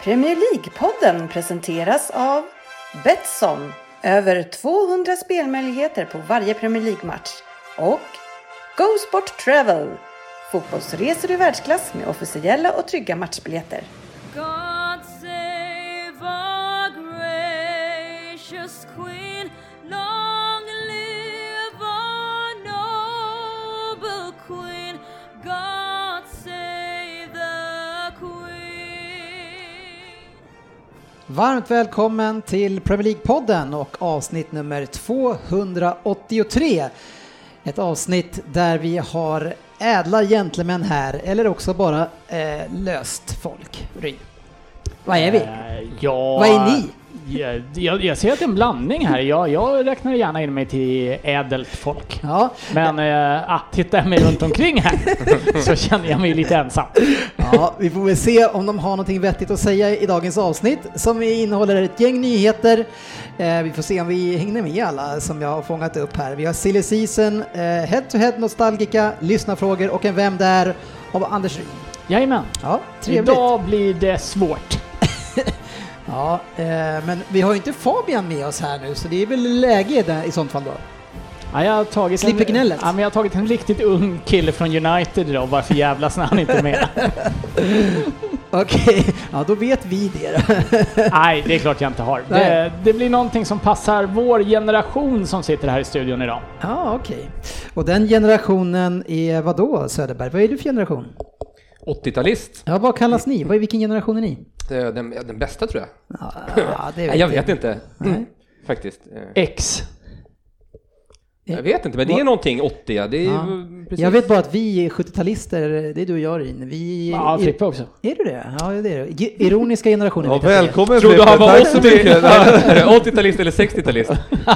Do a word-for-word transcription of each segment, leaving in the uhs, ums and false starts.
Premier League-podden presenteras av Betsson. Över tvåhundra spelmöjligheter på varje Premier League-match. Och Go Sport Travel. Fotbollsresor i världsklass med officiella och trygga matchbiljetter. God save our gracious Queen. Long live our noble Queen. God save the Queen. Varmt välkommen till Premier League-podden och avsnitt nummer tvåhundraåttiotre. Ett avsnitt där vi har ädla gentlemän här, eller också bara eh, löst folk. Ry. Vad är vi? Uh, ja, Vad är ni? Jag, jag, jag ser att det är en blandning här. Jag, jag räknar gärna in mig till ädelt folk. Ja. Men äh, ah, tittar jag mig runt omkring här så känner jag mig lite ensam. Ja, vi får väl se om de har någonting vettigt att säga i dagens avsnitt som innehåller ett gäng nyheter. Eh, vi får se om vi hänger med alla som jag har fångat upp här. Vi har Silly Season, eh, Head to Head Nostalgica, lyssnarfrågor och en Vem där av Anders Ryn. Jajamän. Ja, trevligt. Idag blir det svårt. Ja, eh, men vi har ju inte Fabian med oss här nu, så det är väl läge där, i sånt fall då. Ja, jag har tagit Slipper gnället. Ja, men jag har tagit en riktigt ung kille från United idag. Varför jävlas när han inte är med? Okej, okay. Ja då vet vi det. Nej, det är klart jag inte har. Det, det blir någonting som passar vår generation som sitter här i studion idag. Ja, okej. Okay. Och den generationen är vad då, Söderberg? Vad är du för generation? åttiotalist. Ja, vad kallas ni? Vad är, vilken generation är ni? Det, den, den bästa tror jag. Ja, det vet Nej, jag vet inte. Nej. Faktiskt. X. Jag vet inte, men det är någonting åttio. Det är ja. precis. Jag vet bara att vi är sjuttio-talister, det är du och jag, Rin. Vi ja, är, Frippe också. Är du det? Ja, det är det. Ironiska generationer. Ja, välkommen Frippe. Tror du han var åttio? åttio-talist eller sextio-talist?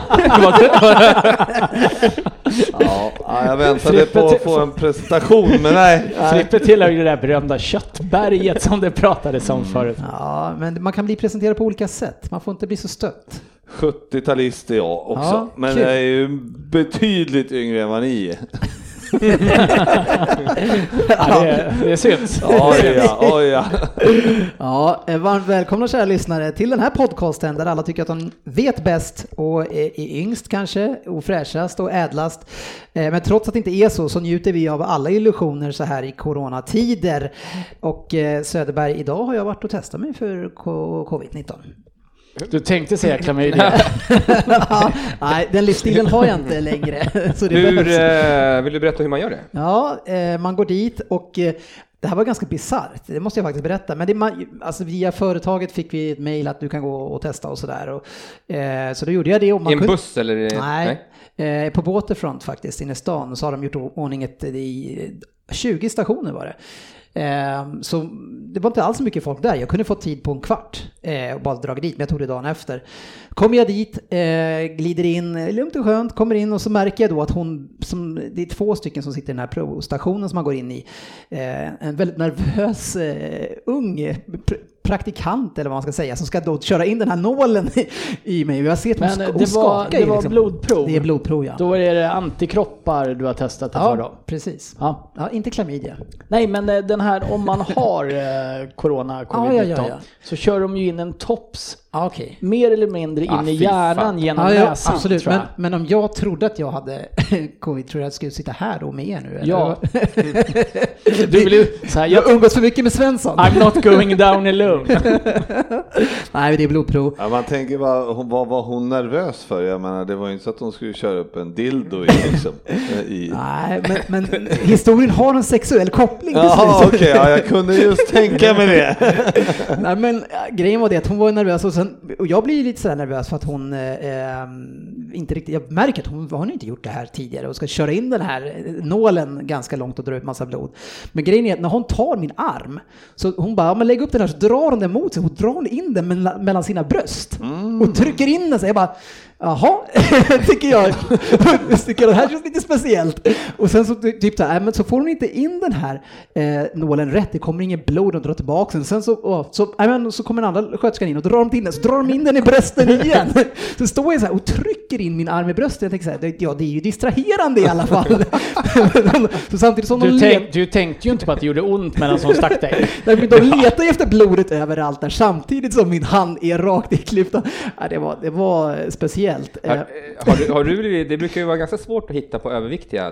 Ja, jag väntade på att få en presentation, men nej. Frippe tillhör ju det där berömda köttberget som det pratades om förut. Ja, men man kan bli presenterad på olika sätt. Man får inte bli så stött. sjuttio-talist är jag också, ja, men kul. jag är ju betydligt yngre än vad ni är. Ja, det, det syns. Oj, ja, oj, ja. Ja, varmt välkomna kära lyssnare till den här podcasten där alla tycker att de vet bäst och är yngst kanske, och fräschast och ädlast. Men trots att det inte är så, så njuter vi av alla illusioner så här i coronatider. Och Söderberg, idag har jag varit och testat mig för covid nitton. Du tänkte säga klamydia. Ja, nej, den livsstilen har jag inte längre. Så det hur, eh, vill du berätta hur man gör det? Ja, eh, man går dit och eh, det här var ganska bizarrt, det måste jag faktiskt berätta. Men det, man, alltså via företaget fick vi ett mejl att du kan gå och testa och sådär. Och, eh, så då gjorde jag det. Och man I en kunde, buss eller? Nej, nej? Eh, på Waterfront faktiskt, inne i stan, så har de gjort ordning ett, i tjugo stationer var det. Eh, så det var inte alls så mycket folk där. Jag kunde få tid på en kvart eh, och bara dra dit, men jag tog det dagen efter. Kommer jag dit, eh, glider in, lugnt och skönt, kommer in och så märker jag då att hon, som, det är två stycken som sitter i den här provstationen som man går in i. Eh, en väldigt nervös eh, ung pr- praktikant eller vad man ska säga, som ska då köra in den här nålen i, i mig. Jag ser att hon, Men sk- hon det var, skakar. det var liksom. blodprov. Det är blodprov, ja. Då är det antikroppar du har testat det ja, för då? Precis. Ja. Ja, inte klamydia. Nej, men den här, om man har eh, corona, covid nitton, ja, ja, ja. så kör de ju in en tops. Ah, okay. Mer eller mindre in ah, i hjärnan genom ah, ja, näsan. Absolut, tror jag. men, men om jag trodde att jag hade covid, tror jag att jag skulle sitta här då med er nu? Eller? Ja. Du vill ju, så här, jag, jag umgås för mycket med Svensson. I'm not going down alone. Nej, det är blodprov. Ja, man tänker, vad, vad var hon nervös för? Jag menar, det var ju inte så att hon skulle köra upp en dildo i, liksom, i... Nej, men, men historien har en sexuell koppling. Ja, okej, okay, ja, jag kunde just tänka mig det. Nej, men grejen var det att hon var nervös och, sen, och jag blir lite så nervös för att hon eh, inte riktigt, jag märker att hon har inte gjort det här tidigare och ska köra in den här nålen ganska långt och dra ut massa blod. Men grejen är att när hon tar min arm, så hon bara, men lägg upp den här, så drar hon den mot sig, hon drar in den mellan, mellan sina bröst mm. och trycker in den så jag bara, Jaha, tycker jag. tycker jag det här känns lite speciellt. Och sen så typ så här, men så får hon inte in den här eh, nålen rätt. Det kommer ingen blod och drar tillbaka den. Sen så, åh, så, äh, men, så kommer en andra sköterskan in och drar de in den. Så drar de in den i brösten igen. Så står jag så här och trycker in min arm i bröstet. Jag tänker så här, det, ja det är ju distraherande i alla fall. Så samtidigt som du, de tänk, du tänkte ju inte på att det gjorde ont medan som stack dig. De letar ju efter blodet överallt där samtidigt som min hand är rakt i klyftan. Ja, det var, det var speciellt. Har, har du, har du, det brukar ju vara ganska svårt att hitta på överviktiga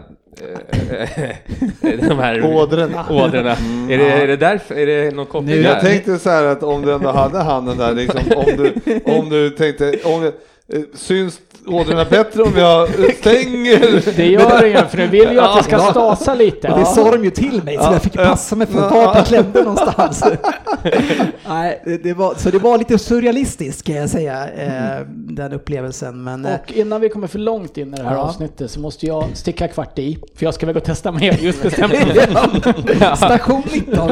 de här ådrorna. ådrorna. Mm. Är, det, är det därför? Är det någon koppling? Jag tänkte så här att om du ändå hade handen där, liksom, om, du, om du tänkte, om du, syns ådrorna bättre om jag stänger? Det gör inget, för nu vill jag att det ska stasa lite. Ja. Det sa de ju till mig, så jag fick passa mig för vart jag klämde någonstans. Nej, det var, så det var lite surrealistiskt kan jag säga, eh, den upplevelsen. Men, och innan vi kommer för långt in i det här ja. avsnittet så måste jag sticka kvart i, för jag ska väl gå och testa med just bestämt. Station nitton.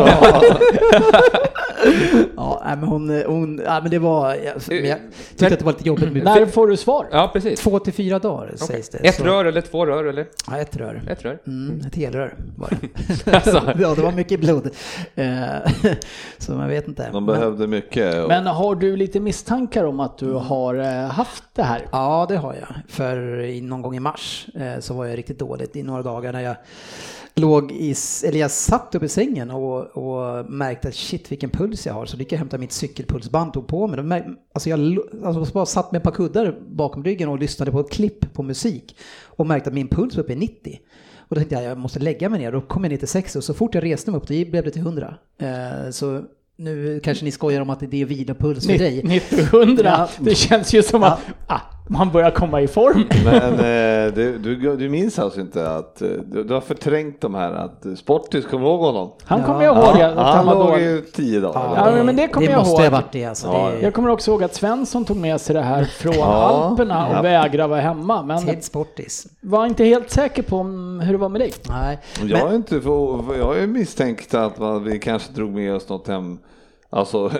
Ja, men hon, hon ja, men det var, jag, men jag tyckte men, att det var lite jobbigt. Med. När får du svar? Ja, precis. Två till fyra dagar okay. sägs det. Ett så. rör eller två rör eller? Ja, ett rör. Ett rör? Mm, ett helrör var det. Alltså. Ja, det var mycket blod. Så man vet inte. De behövde men, mycket. Och... Men har du lite misstankar om att du har haft det här? Ja, det har jag. För någon gång i mars så var jag riktigt dåligt i några dagar när jag låg i, eller jag satt upp i sängen och, och märkte att shit vilken puls jag har, så lyckades jag hämta mitt cykelpulsband, tog på mig. Märk, alltså jag alltså bara satt med ett par kuddar bakom ryggen och lyssnade på ett klipp på musik och märkte att min puls var uppe i nittio. Och då tänkte jag jag måste lägga mig ner, och då kom jag ner till sextio, och så fort jag reste mig upp då blev det till hundra. Eh, så nu kanske ni skojar om att det är vilopuls för dig. nittio hundra, ja. Det känns ju som ja. att ah, man börjar komma i form. Men eh, du, du, du minns alltså inte att du, du har förträngt de här, att Sportis kommer ihåg honom? Han ja. kommer jag ihåg. Ja, att han, han låg i tio dagar. Ja, ja, men det kommer det jag måste ihåg. Ha varit det, alltså. Ja. det... Jag kommer också ihåg att Svensson tog med sig det här från ja. Alperna och ja. vägrade vara hemma. Men till Sportis. Var inte helt säker på hur det var med dig. Nej. Jag är inte för, jag är misstänkt att man, vi kanske drog med oss något hem. Alltså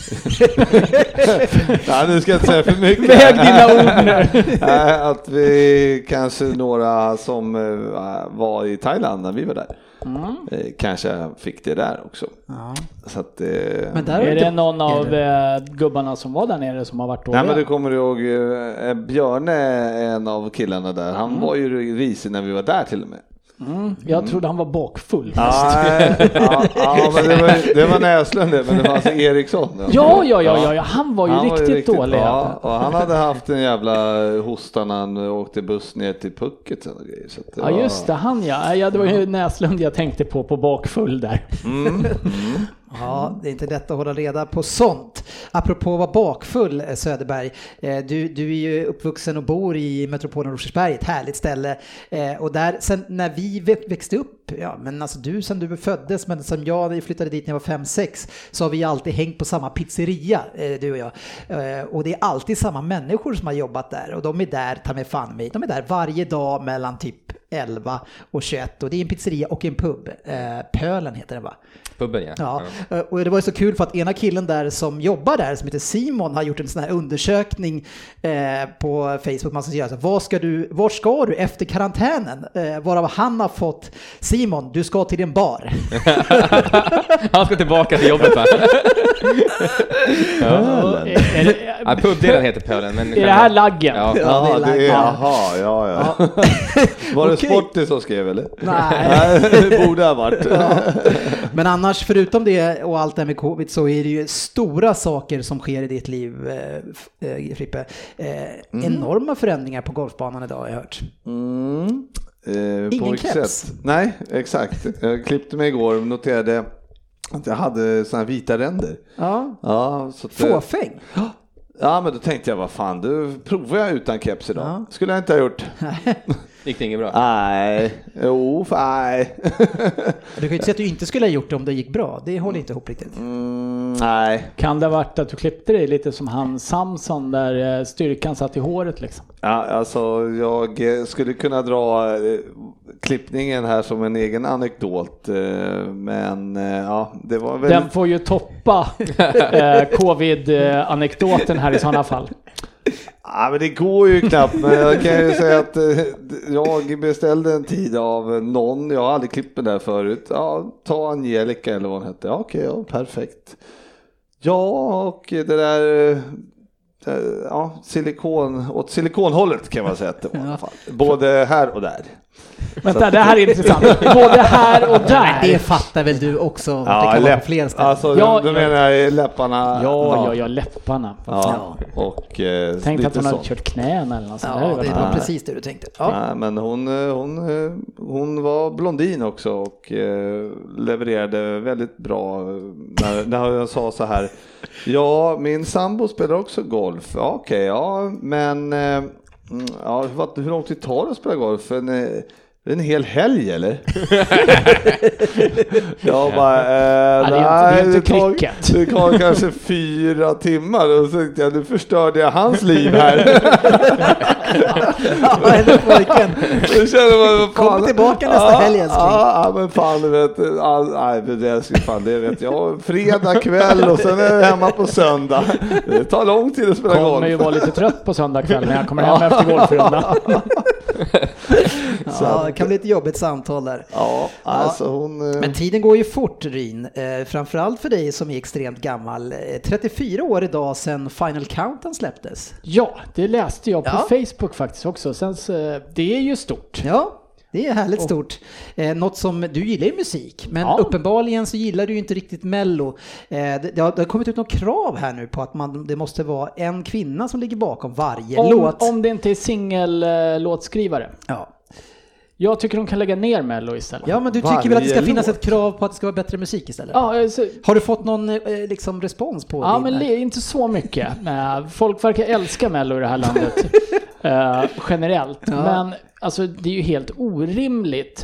nej, nu ska jag inte säga för mycket. Väg dina ord nu. Att vi kanske några som var i Thailand när vi var där mm. kanske fick det där också. Ja. Så att, men där är det inte... någon av det... gubbarna som var där nere som har varit dåliga? Nej, men du kommer ihåg Björne, en av killarna där. Han mm. var ju risig när vi var där till och med. Mm, jag trodde han var bakfull. Ja, ja, ja, men det var, det var Näslund det, men det var alltså Eriksson. Ja, ja, ja, ja, ja, han var ju han riktigt, var ju riktigt dålig. Ja, och han hade haft en jävla hosta när han åkte buss ner till Pucket. Så grejer, så det ja, var... just det, han ja. ja. Det var ju Näslund jag tänkte på, på bakfull där. Mm. Mm. Ja, det är inte lätt att hålla reda på sånt. Apropå att vara bakfull, Söderberg. Du, du är ju uppvuxen och bor i metropolen Rosersberg, ett härligt ställe. Och där, sen när vi växte upp, ja, men alltså du sen du föddes, men som jag flyttade dit när jag var fem sex, så har vi alltid hängt på samma pizzeria, du och jag. Och det är alltid samma människor som har jobbat där. Och de är där, ta mig fan mig, de är där varje dag mellan typ elva och tjugoett. Och det är en pizzeria och en pub. Pölen heter den, va? Puben, ja. Ja. ja. Och det var ju så kul för att ena killen där som jobbar där, som heter Simon, har gjort en sån här undersökning eh, på Facebook. Man ska göra så här, vad ska du, vart ska du efter karantänen? Eh, varav han har fått, Simon, du ska till en bar. Han ska tillbaka till jobbet, va? ja. Är det, ja, pubdelen heter Pölen. Men är det här laggen? Ja, ja, det är laggen. Jaha, ja, ja. ja. Var det okay. Sportis som skrev, eller? Nej. Det borde ha varit. Ja. Men annars, förutom det och allt det här med covid, så är det ju stora saker som sker i ditt liv, eh, Frippe. Eh, mm. Enorma förändringar på golfbanan idag har jag hört. Mm. Eh, Ingen keps? Nej, exakt. Jag klippte mig igår och noterade att jag hade såna här vita ränder. Ja, ja så att, fåfäng. Ja, men då tänkte jag, vad fan, du provar jag utan keps idag. Ja. Skulle jag inte ha gjort. Gick det inget bra? Nej, jo, nej. Du kan ju inte säga att du inte skulle ha gjort det om det gick bra. Det håller inte ihop riktigt. Mm, nej. Kan det ha varit att du klippte dig lite som han Samson där styrkan satt i håret liksom? Ja, alltså jag skulle kunna dra klippningen här som en egen anekdot, men ja, det var väl... Den får ju toppa eh, covid-anekdoten här i sådana fall. Ja, men det går ju knappt, men jag kan ju säga att jag beställde en tid av någon, jag har aldrig klippt den där förut. Ja, ta Angelica eller vad hon hette. Ja, okej, ja, perfekt. Ja, och det där, ja, silikon, åt silikonhållet kan man säga att det var i alla fall. Både här och där. Vänta, det här är intressant. Både här och där. Det fattar väl du också. Ja, det kan läpp, vara fler ställen. alltså, ja, du menar läpparna? Ja, ja, ja, läpparna. Ja, och eh, tänkte att hon hade sånt. kört knän eller något sånt. Ja, där. det var precis det du tänkte. Ja. Nej, men hon, hon, hon var blondin också och eh, levererade väldigt bra när, när jag sa så här. Ja, min sambo spelar också golf. Ja, okej, okay, ja, men eh, ja, hur långt det tar att spela golf? En, en hel helg eller? Jag bara, eh, ja, det är nej, inte, det, är inte det, tar, cricket. det tar kanske fyra timmar och så tänkte jag, nu förstörde jag hans liv här. Ja, eller pojken. Kom tillbaka nästa ja, helg, älskling. Ja, men fan, du vet, ja, nej, det, fan, det vet jag. Fredag kväll och sen är jag hemma på söndag. Det tar lång tid att spela golf. Jag kommer ju vara lite trött på söndag kväll när jag kommer hem efter golfrundan. Ja, det kan bli ett jobbigt samtal där. Ja, alltså hon... Men tiden går ju fort, Ryn. Eh, framförallt för dig som är extremt gammal. Eh, trettiofyra år idag sedan Final Countdown släpptes. Ja, det läste jag på Ja. Facebook faktiskt också. Sen så, det är ju stort. Ja, det är härligt stort. Eh, något som du gillar ju musik, men Ja. uppenbarligen så gillar du ju inte riktigt Mello. Eh, det, det, har, det har kommit ut något krav här nu på att man, det måste vara en kvinna som ligger bakom varje Om, låt. om det inte är singellåtskrivare. Ja. Jag tycker de kan lägga ner Mello istället. ja, men du Varje tycker väl att det ska finnas låt. ett krav på att det ska vara bättre musik istället? Ja, så, Har du fått någon eh, liksom respons på ja din, men li- inte så mycket. Eh, Folk verkar älska Mello i det här landet. eh, generellt. Ja. Men alltså, det är ju helt orimligt.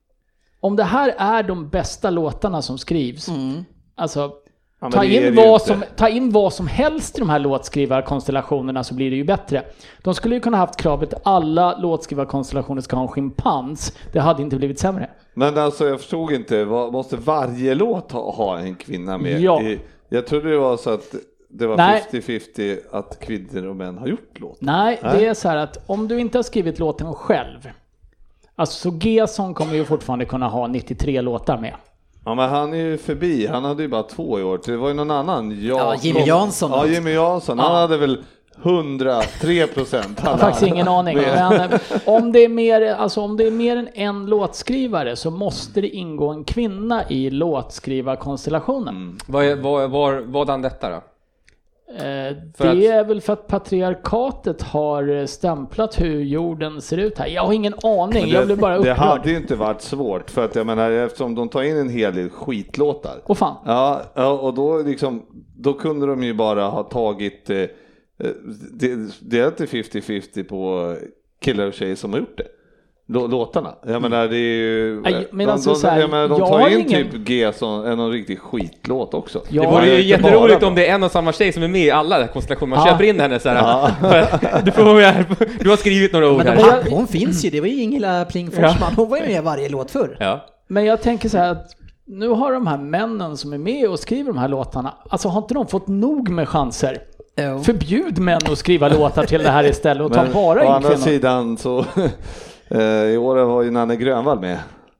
Om det här är de bästa låtarna som skrivs. Mm. Alltså, Ja, men ta, det är in det ju vad inte. som, ta in vad som helst i de här låtskrivarkonstellationerna så blir det ju bättre. De skulle ju kunna haft kravet att alla låtskrivarkonstellationer ska ha en schimpans. Det hade inte blivit sämre. Men alltså jag förstod inte, vad, måste varje låt ha, ha en kvinna med? Ja. I, jag trodde det var så att det var Nej. femtio femtio att kvinnor och män har gjort låt. Nej, Nej. det är så här att om du inte har skrivit låten själv. Alltså så G-son kommer ju fortfarande kunna ha nittiotre låtar med. Ja, men han är ju förbi, han hade ju bara två i år. Det var ju någon annan. Ja, Jimmy Jansson. Ja, Jimmy Jansson, han Ja. hade väl hundratre procent. Jag har faktiskt ingen aning. Men eh, om det är mer, alltså om det är mer än en låtskrivare så måste det ingå en kvinna i låtskrivarkonstellationen. Mm. Vad är- vad- var- Vadan detta då? Eh, För det att- är väl för att patriarkatet har stämplat hur jorden ser ut här. Jag har ingen aning, jag blev bara Det upprörd. hade ju inte varit svårt, för att jag menar, eftersom de tar in en hel del skitlåtar. Åh fan. Ja, ja, och då liksom, då kunde de ju bara ha tagit eh, det, det är inte femtio femtio på killar och tjejer som har gjort det. Lå- Låtarna. Jag menar, det är ju... Nej, men de, alltså de, så här, jag menar, de jag tar har in ingen- typ G som en riktig skitlåt också. Ja, Det vore ju inte jätteroligt bara- om det är en och samma tjej som är med i alla konstellationer. Man Ja. köper in henne så här. Du, får, du har skrivit några ord Men här. de här, hon finns ju, det var ju Ingela Pling Forsman. Hon var ju med i varje låt förr. Ja. Men jag tänker så här att nu har de här männen som är med och skriver de här låtarna, alltså har inte de fått nog med chanser? Jo. Förbjud män att skriva låtar till det här istället och ta Men bara å in andra kvinnor. sidan så eh, i år var ju Nanne Grönvall med.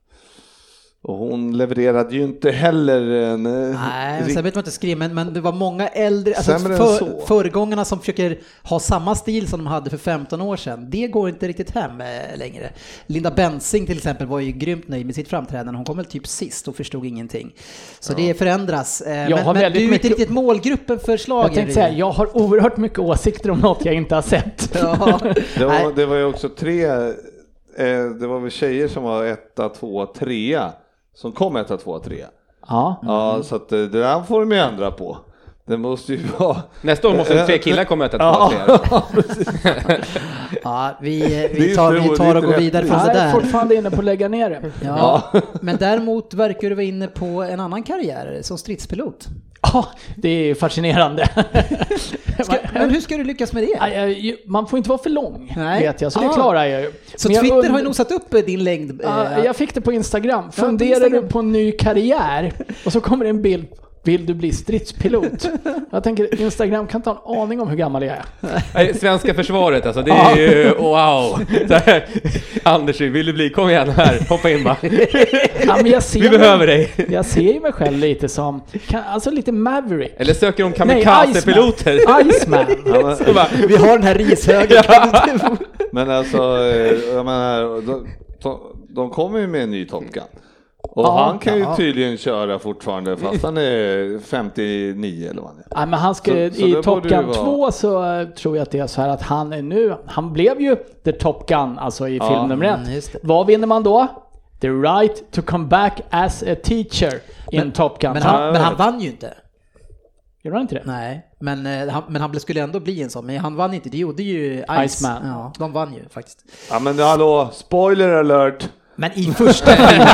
Och hon levererade ju inte heller en... eh, Nej, rikt- sen vet man inte skriva, men, men det var många äldre, alltså Sämre än för, så. föregångarna som försöker ha samma stil som de hade för femton år sedan. Det går inte riktigt hem eh, längre. Linda Bensing till exempel var ju grymt nöjd med sitt framträdande. Hon kom väl typ sist och förstod ingenting. Så det förändras. Eh, Jag men har men väldigt du är inte mycket- riktigt målgruppen för slagen. Jag tänkte säga, jag har oerhört mycket åsikter om något jag inte har sett. Ja. Det Nej. var, det var ju också tre, eh, det var väl tjejer som var etta, tvåa, trea. Som kom etta, tvåa, trea. Ja. Ja, så att eh, det där får de ju ändra på. Det måste ju vara... Nästa år måste tre killar komma ut att Ja, två Ja, vi, Det är vi tar, inte- vi tar det är och inte går vidare från det Jag är där. fortfarande inne på att lägga ner det. Ja, men däremot verkar du vara inne på en annan karriär som stridspilot. Ja, det är fascinerande. Ska, men hur ska du lyckas med det? Nej, jag- Man får inte vara för lång, Nej. vet jag, så det Ah. klarar jag ju. Så Men jag Twitter und- har ju nog satt upp din längd. Ja, eh, jag fick det på Instagram. på Funderar Instagram. du på en ny karriär? Och så kommer det en bild Vill du bli stridspilot? Jag tänker, Instagram kan ta en aning om hur gammal jag är. Nej, svenska försvaret, alltså, det är ju wow. Så här, Anders, vill du bli? Kom igen här, hoppa in bara. Ja, men jag ser Vi mig, behöver dig. Jag ser ju mig själv lite som, alltså lite Maverick. Eller söker de kamikaze-piloter? Iceman. Ja, Så bara, Vi har den här rishögen. men alltså, eh, jag menar, de, de, de kommer ju med en ny Top Gun. Och Ja, han kan ju ja. tydligen köra fortfarande fast han är femtionio eller vad han är. Ja, men han ska, Så- så i det Top borde ju Gun vara- två så eh, tror jag att det är så här att han är nu, han blev ju The Top Gun, alltså i film nummer ett. mm, just det. Vad vinner man då? The right to come back as a teacher in Top Gun. Men han, han, men han vann ju inte. gjorde han inte det? Nej, men, eh, han, men han skulle ändå bli en sån. Men han vann inte, det gjorde ju Ice. Iceman. Ja, de vann ju faktiskt. Ja men hallå, spoiler alert! Men i första filmen,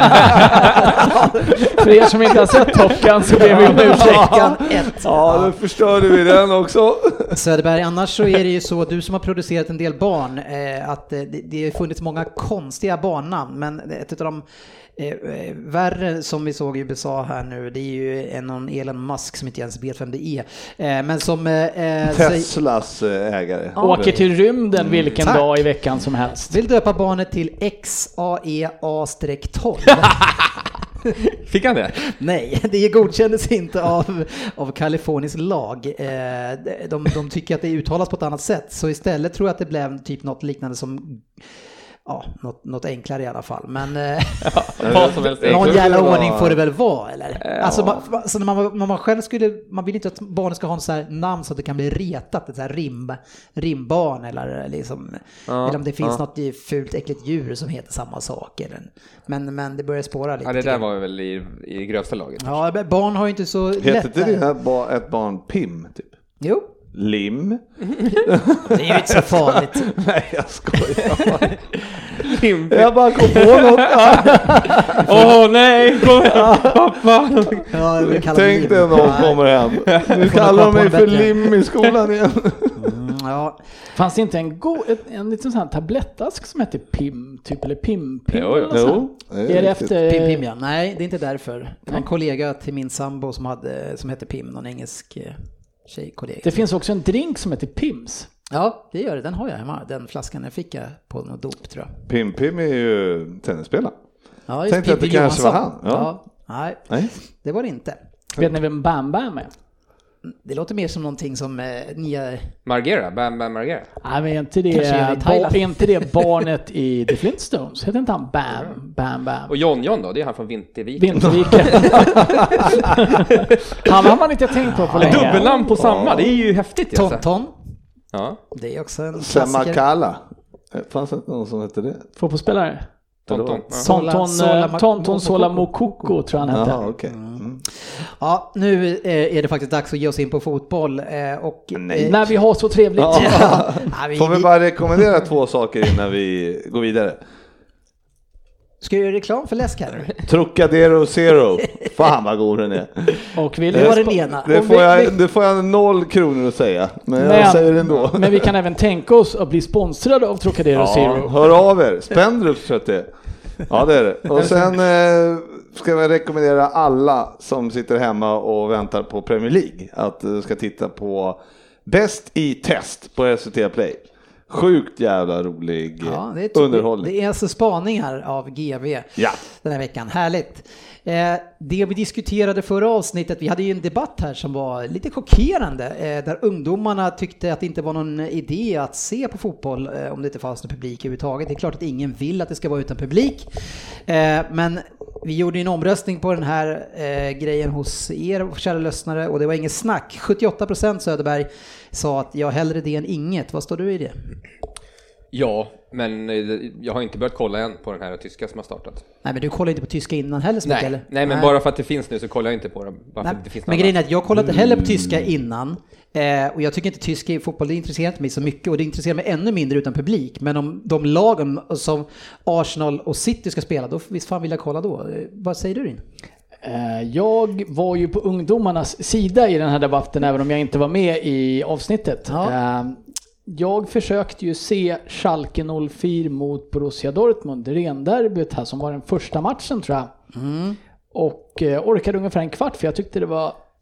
För er som inte har sett Top Gun så ber vi om ursäkt. veckan ett. Ja, då förstörde vi den också. Söderberg, annars så är det ju så, du som har producerat en del barn, eh, att eh, det, det har funnits många konstiga barnnamn, men ett av de eh, värre som vi såg i U S A här nu, det är ju en någon Elon Musk som inte ens vet vem det är, eh, men som eh, säger, Teslas eh, ägare. Åker till rymden vilken tack. dag i veckan som helst. vill döpa barnet till X A E A tolv. fick han det? Nej, det godkändes inte av, av Kalifornisk lag. Eh, de, de tycker att det uttalas på ett annat sätt. Så istället tror jag att det blev typ något liknande som, ja, något, något enklare i alla fall. Men eh, Vad som helst. någon det jävla var- ordning får det väl vara, eller? Ja. Alltså, man, alltså när, man, när man själv skulle, man vill inte att barnen ska ha en så här namn så att det kan bli retat, ett så här rim, rimbarn eller liksom, Ja, eller om det finns ja. något fult äckligt djur som heter samma sak. Eller, men, men det börjar spåra lite. Ja, det tycker där jag. var väl i, i grövsta laget. Ja, men barn har ju inte så Heter lätt. inte det här ba- ett barn Pim typ? Jo, Lim? det är ju inte så farligt. Nej, jag skojar. Lim. Jag bara kom på något. Åh oh, nej, kom igen, pappa. Ja, vi kallar det Tänk lim. dig om någon kommer hem. Nu kallar de mig för bättre. Lim i skolan igen. Mm, ja. Fanns det inte en, go, en, en liten sån här tablettask som heter Pim, typ, eller Pim, Pim Jo, jo. eller så? Jo, Är det riktigt. efter... Pim Pim, ja. Nej, det är inte därför. En kollega till min sambo som, hade, som heter Pim, någon engelsk eh, tjejkollega. Det finns också en drink som heter Pims. Ja, det gör det. Den har jag hemma. Den flaskan jag fick jag på något dop, tror jag. Pim Pim är ju tennisspelare. Ja, just Tänkte att det Pippi kanske var Johansson. han. Ja. Ja. Nej, Nej. det var det inte. Vet ni vem Bam Bam är? Det låter mer som någonting som eh, nya... Margera, Bam Bam Margera. Nej, men är inte det, Kanske gör det i ba, Thailand. är inte det barnet i The Flintstones? Heter inte han Bam, Bam, Bam? Och John John då, det är han från Vinterviken. Vinterviken. Han har man inte tänkt på på länge. Dubbelnamn på samma, det är ju häftigt. Alltså. Tonton. Ja. Det är också en klassiker. Semakala. Fanns det inte någon som hette det? Fotbollsspelare. Tonton. Ja. Tonton Sola- eh, Tonton Sola Mokoko tror jag han hette. Jaha, okej. Mm. Ja, nu eh, är det faktiskt dags att ge oss in på fotboll. Eh, och, Nej. eh, När vi har så trevligt. Ja. ja, vi, Får vi vi, bara rekommendera två saker innan vi går vidare? ska jag göra reklam för läsk här nu? Trocadero Zero. Fan vad god den är. Och vill Det var vi- den ena. Det Om får vi- jag, vi- det får jag noll kronor att säga. Men, Men- jag säger det ändå. Men vi kan även tänka oss att bli sponsrade av Trocadero Ja, Zero. hör av er. Spendrups tror jag att det är. Ja, det är det. Och sen eh, ska jag rekommendera alla som sitter hemma och väntar på Premier League att du ska titta på Bäst i test på S V T Play. Sjukt jävla rolig Ja, det, är typ- underhållning. det är alltså spaningar av G V Ja. den här veckan. Härligt. Eh, det vi diskuterade förra avsnittet, vi hade ju en debatt här som var lite chockerande, eh, där ungdomarna tyckte att det inte var någon idé att se på fotboll eh, om det inte fanns någon publik överhuvudtaget. Det är klart att ingen vill att det ska vara utan publik, eh, men vi gjorde en omröstning på den här eh, grejen hos er, kära lyssnare, och det var inget snack. sjuttioåtta procent Söderberg sa att jag hellre det än inget. Vad står du i det? Ja, men eh, jag har inte börjat kolla än på den här tyska som har startat. Nej, men du kollar inte på tyska innan heller så mycket, Nej, eller? nej, men bara för att det finns nu så kollar jag inte på det. Bara för Nej, att det finns men något grejen är annat. att jag kollar inte heller på tyska innan, eh, och jag tycker inte tyska i fotboll, det intresserar inte mig så mycket, och det intresserar mig ännu mindre utan publik. Men om de lagen som Arsenal och City ska spela, då visst fan vill jag kolla då. Eh, vad säger du din? Eh, Jag var ju på ungdomarnas sida i den här debatten, även om jag inte var med i avsnittet. Ja. Eh, Jag försökte ju se Schalke noll fyra mot Borussia Dortmund, renderbyt här som var den första matchen tror jag. Mm. Och eh, orkade ungefär en kvart, för jag tyckte det var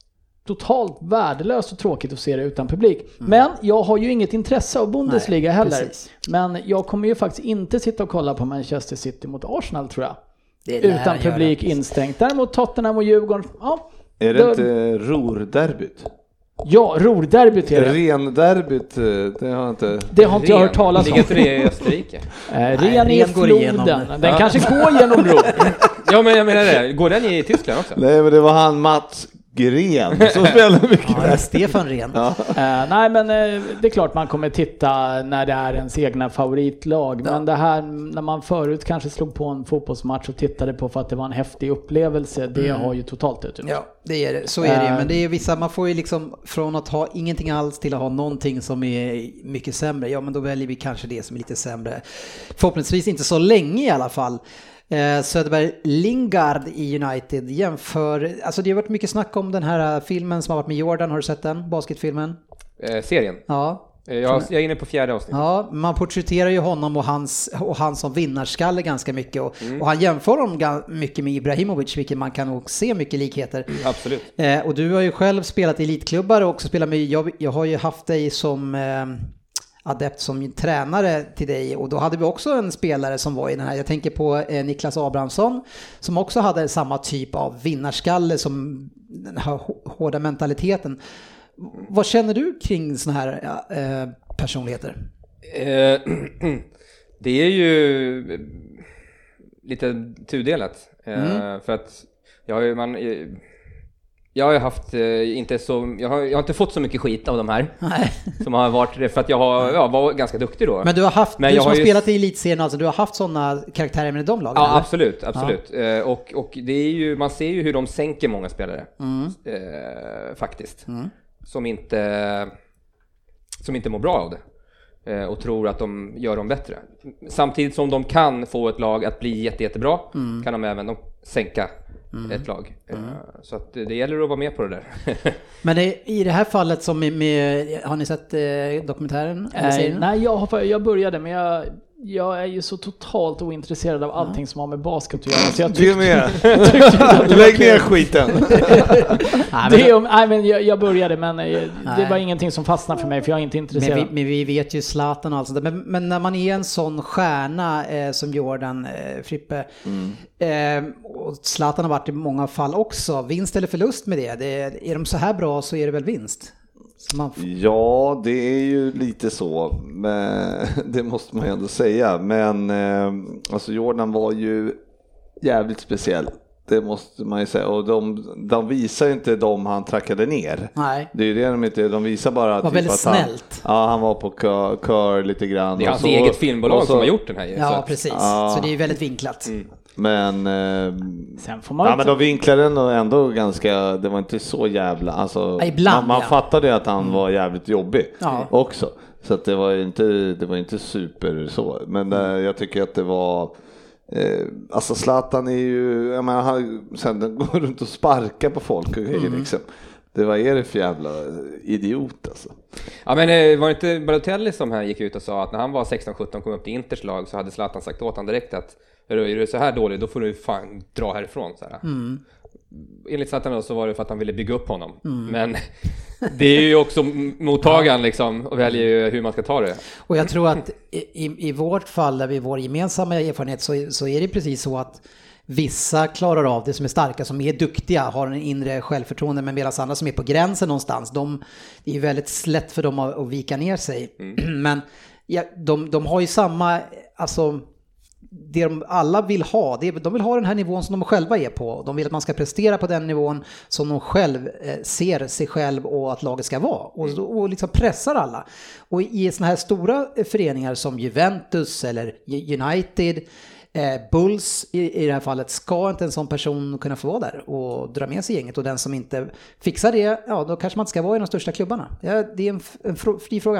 totalt värdelöst och tråkigt att se det utan publik. Mm. Men jag har ju inget intresse av Bundesliga Nej, heller. Precis. Men jag kommer ju faktiskt inte sitta och kolla på Manchester City mot Arsenal, tror jag. Utan publik instängt. Däremot Tottenham och Djurgården, ja. Är det då... inte Ruhr-derbyt? Ja, Ruhr-derbyt är det. Ren-derbyt, det har inte... Det har inte jag hört talas om. Ligger inte det i Österrike? Eh, ren Nej, i floden. Den ja. kanske går genom Ruhr. Ja, men jag menar det. Går den i Tyskland också? Nej, men det var han Mats Gren som spelar mycket. Ja, Stefan Ren. Ja. Uh, nej, men uh, det är klart man kommer titta när det är ens egna favoritlag. Ja. Men det här, när man förut kanske slog på en fotbollsmatch och tittade på för att det var en häftig upplevelse, det mm. har ju totalt ut. Ja, det är det. Så är det. Uh, men det är vissa, man får ju liksom från att ha ingenting alls till att ha någonting som är mycket sämre. Ja, men då väljer vi kanske det som är lite sämre. Förhoppningsvis inte så länge i alla fall. Eh, Söderberg Lingard i United jämför, alltså det har varit mycket snack om den här filmen som har varit med Jordan, har du sett den? Basketfilmen? Eh, serien? Ja. Eh, jag, jag är inne på fjärde avsnittet. Ja, man porträtterar ju honom och hans, och han som vinnarskalle ganska mycket och, mm. och han jämför dem mycket med Ibrahimovic, vilket man kan nog se mycket likheter. Mm, absolut. Eh, och du har ju själv spelat i elitklubbar och också spelat med, jag, jag har ju haft dig som... Eh, adept som tränare till dig och då hade vi också en spelare som var i den här, jag tänker på eh, Niklas Abrahamsson som också hade samma typ av vinnarskalle som den här hårda mentaliteten. Vad känner du kring såna här eh, personligheter? Eh, det är ju lite tudelat eh, mm. för att jag har ju man eh, Jag har ju haft eh, inte så jag har, jag har inte fått så mycket skit av de här. Nej. Som har varit för att jag har ja, var ganska duktig då. Men du har haft Men du som har, har spelat ju... i elitserien, alltså du har haft såna karaktärer med de lagen. Ja, eller? absolut, absolut. Ja. Eh, och och det är ju man ser ju hur de sänker många spelare. Mm. Eh, faktiskt. Mm. Som inte som inte mår bra av det. Eh, och tror att de gör dem bättre. Samtidigt som de kan få ett lag att bli jätte, jättebra mm. kan de även de sänka Mm. ett lag. Mm. Så att det gäller att vara med på det där. Men det, i det här fallet som med, med har ni sett eh, dokumentären? Nej, nej jag, har, jag började men jag, jag är ju så totalt ointresserad av allting mm. som har med basket att göra. Så jag tyckte, med. Lägg ner skiten. det, om, nej, men jag, jag började men det nej. var ingenting som fastnade för mig för jag är inte intresserad. Men vi, men vi vet ju Zlatan och allt sånt där. Men, men när man är en sån stjärna eh, som Jordan eh, Frippe mm. eh, och Zlatan har varit i många fall också. Vinst eller förlust med det. det är de så här bra så är det väl vinst? Man... Ja, det är ju lite så, men det måste man ju ändå säga. Men eh, alltså Jordan var ju jävligt speciell, det måste man ju säga. Och de, de visar ju inte de han trackade ner. Nej. Det är ju det de inte, de visar bara var typ väldigt att snällt. Han, ja, han var på kör, kör lite grann. Det är hans så, eget filmbolag så, som har gjort den här. Ja, så. Precis. Ja. Så det är ju väldigt vinklat. Mm. Men, eh, Sen får man ja, men de vinklade den ändå ganska, det var inte så jävla, alltså, ibland, man, man ja. fattade att han var jävligt jobbig ja. också. Så att det var inte, det var inte super så. Men eh, jag tycker att det var, eh, alltså Zlatan är ju, jag menar, han sen den går runt och sparkar på folk och mm. liksom. Det var är det för jävla idiot alltså. Ja, men var det inte Balotelli som här gick ut och sa att när han var sexton sjutton kom upp till Inters lag så hade Zlatan sagt åt han direkt att är du så här dålig då får du fan dra härifrån så här. Mm. Enligt Zlatan så var det för att han ville bygga upp honom. Mm. Men det är ju också mottagaren liksom och väljer ju hur man ska ta det. Och jag tror att i, i vårt fall där vi vår gemensamma erfarenhet så, så är det precis så att vissa klarar av det som är starka, som är duktiga, har en inre självförtroende, men medan andra som är på gränsen någonstans, de, det är ju väldigt lätt för dem att, att vika ner sig. Mm. Men ja, de, de har ju samma, alltså det de alla vill ha, det är, de vill ha den här nivån som de själva är på. De vill att man ska prestera på den nivån som de själv eh, ser sig själv och att laget ska vara. Och, och liksom pressar alla. Och i såna här stora föreningar som Juventus eller United, eh, Bulls i, i det här fallet, ska inte en sån person kunna få vara där och dra med sig gänget. Och den som inte fixar det, ja då kanske man inte ska vara i de största klubbarna. Ja, det är en, en fri fråga.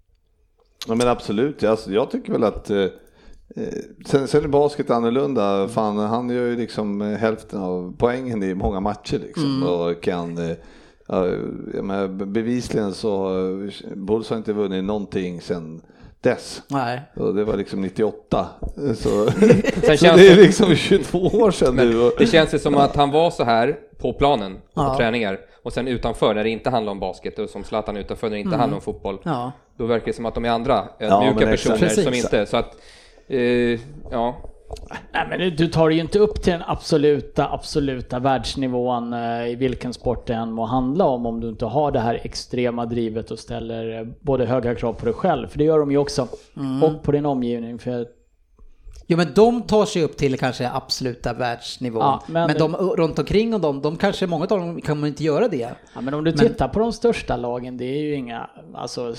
Ja, men absolut, alltså, jag tycker väl att eh... Sen, sen är basket annorlunda. Fan, han gör ju liksom hälften av poängen i många matcher liksom. Mm. Och kan, ja, men bevisligen så Bulls har inte vunnit någonting sen dess. Nej. Och det var liksom nittioåtta. Så, så det är liksom tjugotvå år sedan nu. Det känns ju som att han var så här på planen, Ja. på träningar. Och sen utanför, när det inte handlar om basket, och som Zlatan utanför när det inte Mm. handlar om fotboll. Ja. Då verkar det som att de är andra Ja, mjuka men exakt. personer som Precis. inte... Så att, eh, ja... Nej, men du tar ju inte upp till den absoluta, absoluta världsnivån eh, i vilken sport det än må handla om, om du inte har det här extrema drivet och ställer eh, både höga krav på dig själv, för det gör de ju också, Mm. och på din omgivning. För Jo, men de tar sig upp till kanske absoluta världsnivån. Ja, men men- de runt omkring och de, de kanske, många av dem kan man inte göra det. ja, men om du Men- tittar på de största lagen, det är ju inga, alltså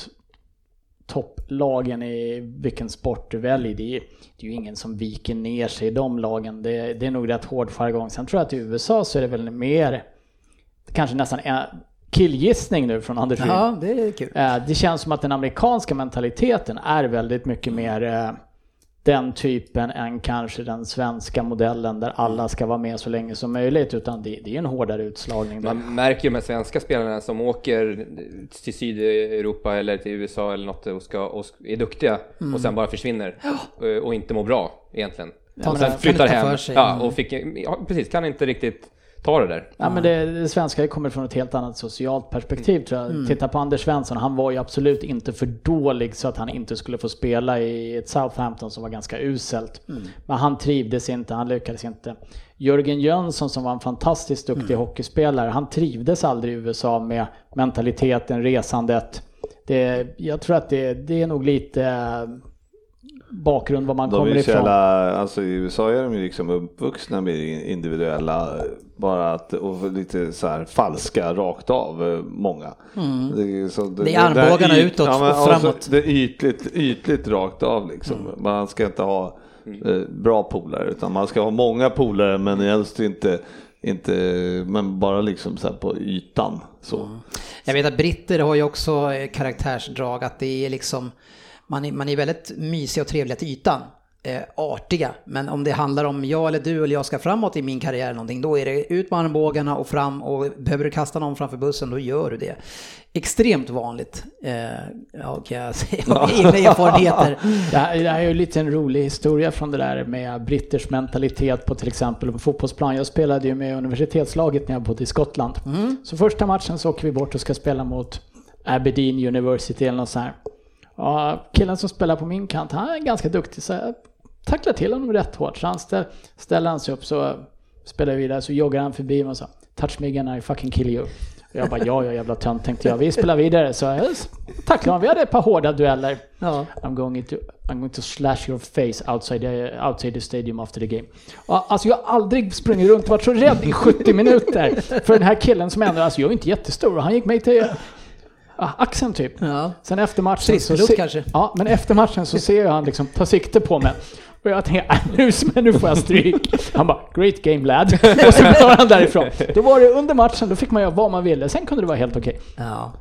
topplagen i vilken sport du väljer, det är, det är ju ingen som viker ner sig i de lagen. Det, det är nog rätt hård jargong. Sen tror jag att i U S A så är det väl mer, kanske nästan en killgissning nu från Anders Ryd. Ja, det är kul. Eh, Det känns som att den amerikanska mentaliteten är väldigt mycket mer eh, den typen än kanske den svenska modellen där alla ska vara med så länge som möjligt, utan det, det är en hårdare utslagning där. Man märker ju med svenska spelarna som åker till Sydeuropa eller till U S A eller något och, ska, och är duktiga och sen bara försvinner och, och inte mår bra egentligen. Ta och det- sen kan flyttar inte ta för hem sig. ja, Mm. och fick, ja, precis, kan inte riktigt ta det där. Ja, men det, det svenska kommer från ett helt annat socialt perspektiv, tror jag. Mm. Titta på Anders Svensson, han var ju absolut inte för dålig så att han inte skulle få spela i ett Southampton som var ganska uselt. Mm. Men han trivdes inte, han lyckades inte. Jörgen Jönsson som var en fantastiskt duktig Mm. hockeyspelare, han trivdes aldrig i U S A med mentaliteten, resandet. Det, jag tror att det, det är nog lite eh, bakgrund var man De kommer är ju så ifrån. jävla, alltså i U S A är de ju liksom uppvuxna med individuella, bara att, och lite så här falska rakt av, eh, många. Mm. Det är, så, Det är armbågarna yt- utåt och men framåt. alltså, det är ytligt, ytligt rakt av liksom. Mm. Man ska inte ha eh, bra polare, utan man ska ha många polare, men helst inte, inte men bara liksom så här på ytan så. Mm. Jag vet att britter har ju också eh, karaktärsdrag, att det är liksom man är, man är väldigt mysig och trevlig till ytan, eh, artiga, men om det handlar om jag eller du eller jag ska framåt i min karriär eller någonting, då är det ut med armbågarna och fram, och behöver du kasta någon framför bussen, då gör du det. Extremt vanligt. Eh, ja, kan jag säga, av egna erfarenheter. Det här, det här är ju lite en rolig historia från det där med britters mentalitet på till exempel på fotbollsplan. Jag spelade ju med universitetslaget när jag bodde i Skottland. Mm. Så första matchen så åker vi bort och ska spela mot Aberdeen University eller något så här. Och killen som spelar på min kant, han är ganska duktig, så jag tacklar till honom rätt hårt. Så han ställ, ställer han sig upp, så spelar vi vidare, så joggar han förbi mig och så touch me again, I fucking kill you. Och jag bara, ja, ja jävla tönt, tänkte jag. Vi spelar vidare, så jag tacklar honom. Vi hade ett par hårda dueller. Ja. I'm going to I'm going to slash your face outside the, outside the stadium after the game. Och, alltså jag har aldrig sprungit runt och varit så rädd i sjuttio minuter för den här killen som ändå, alltså jag är inte jättestor, och han gick mig till ah, axeln typ. Ja. Sen efter matchen så Stridsförlust se, kanske. Ja, men efter matchen så ser jag han liksom ta sikte på mig. Och jag tänker, äh, nu, men nu får jag stryk. Han bara, great game lad. Och så tar han därifrån. Då var det under matchen, då fick man göra vad man ville. Sen kunde det vara helt okej. Ja.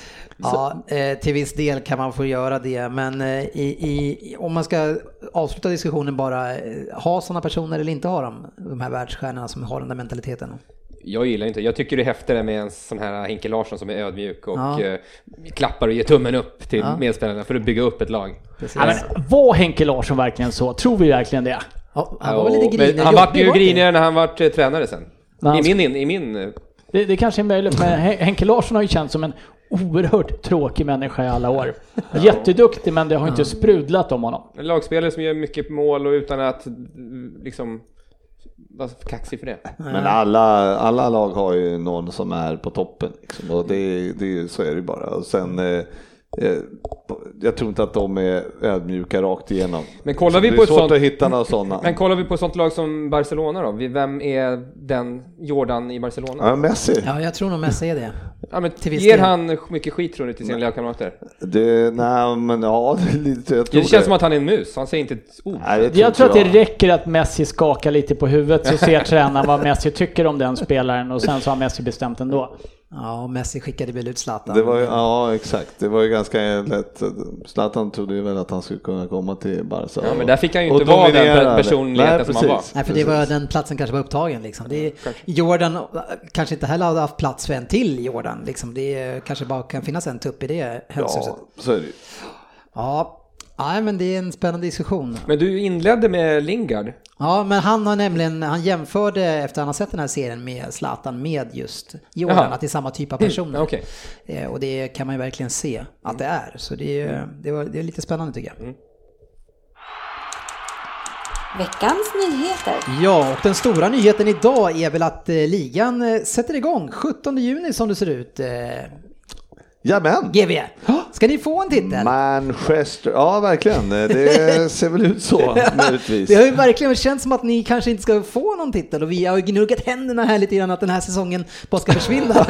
Ja, eh, till viss del kan man få göra det, men eh, i, i, om man ska avsluta diskussionen bara, eh, ha sådana personer eller inte ha dem, de här världsstjärnorna som har den där mentaliteten. Jag gillar inte, jag tycker det är häftigare med en sån här Henke Larsson som är ödmjuk och Ja. eh, klappar och ger tummen upp till Ja. medspelarna för att bygga upp ett lag. Ja, men var Henke Larsson verkligen så? Tror vi verkligen det? Ja, han var väl lite Ja, grinig. men han vart ju jobbig, var det? grinigare när han vart eh, tränare sen. När han I min, I min eh, Det, det kanske är möjligt, men Henke Larsson har ju känts som en oerhört tråkig människa i alla år. Jätteduktig, men det har inte sprudlat om honom. en lagspelare som gör mycket mål och utan att liksom vara kaxig för det. Men alla, alla lag har ju någon som är på toppen liksom, och det, det, så är det bara. Och sen eh, eh, jag tror inte att de är ödmjuka rakt igenom. Men kollar vi det på är ett svårt sånt- att hitta några sådana. Men kollar vi på ett sånt lag som Barcelona då? Vem är den Jordan i Barcelona? Ja, Messi. Ja, jag tror nog Messi är det. Ja, men till viss ger del. han mycket skit tror du till sina lagkamrater? Det, nej, men ja, det är lite, jag tror Det känns som att han är en mus, han säger inte ett ord. Nej, det Jag inte tror att det räcker att Messi skakar lite på huvudet, så ser tränaren vad Messi tycker om den spelaren, och sen så har Messi bestämt ändå. Ja, och Messi skickade väl ut Zlatan. Det var ju, ja, exakt. Det var ju ganska lätt. Zlatan trodde ju väl att han skulle kunna komma till Barca. Ja, men där fick han ju och inte vara den dominera. personligheten Nej, som han var. precis. Nej, för det var, den platsen kanske var upptagen liksom. Det är, Jordan kanske inte heller hade haft plats för en till Jordan liksom. Det är, kanske bara kan finnas en tupp i det höghuset. Ja, så är det ju. Ja, Ja, men det är en spännande diskussion. Men du inledde med Lingard. Ja, men han har nämligen, han jämförde efter han har sett den här serien med Zlatan med just Jordan, Jaha. att det är samma typ av personer. Mm, okay. eh, och det kan man ju verkligen se att det är. Så det är, det var, det är lite spännande tycker jag. Mm. Veckans nyheter. Ja, och den stora nyheten idag är väl att eh, ligan eh, sätter igång sjuttonde juni som det ser ut. Eh, Jamen. G V, ska ni få en titel? Manchester, ja verkligen, det ser väl ut så möjligtvis. Det har ju verkligen känts som att ni kanske inte ska få någon titel och vi har ju gnuggat händerna här lite grann att den här säsongen bara ska försvinna.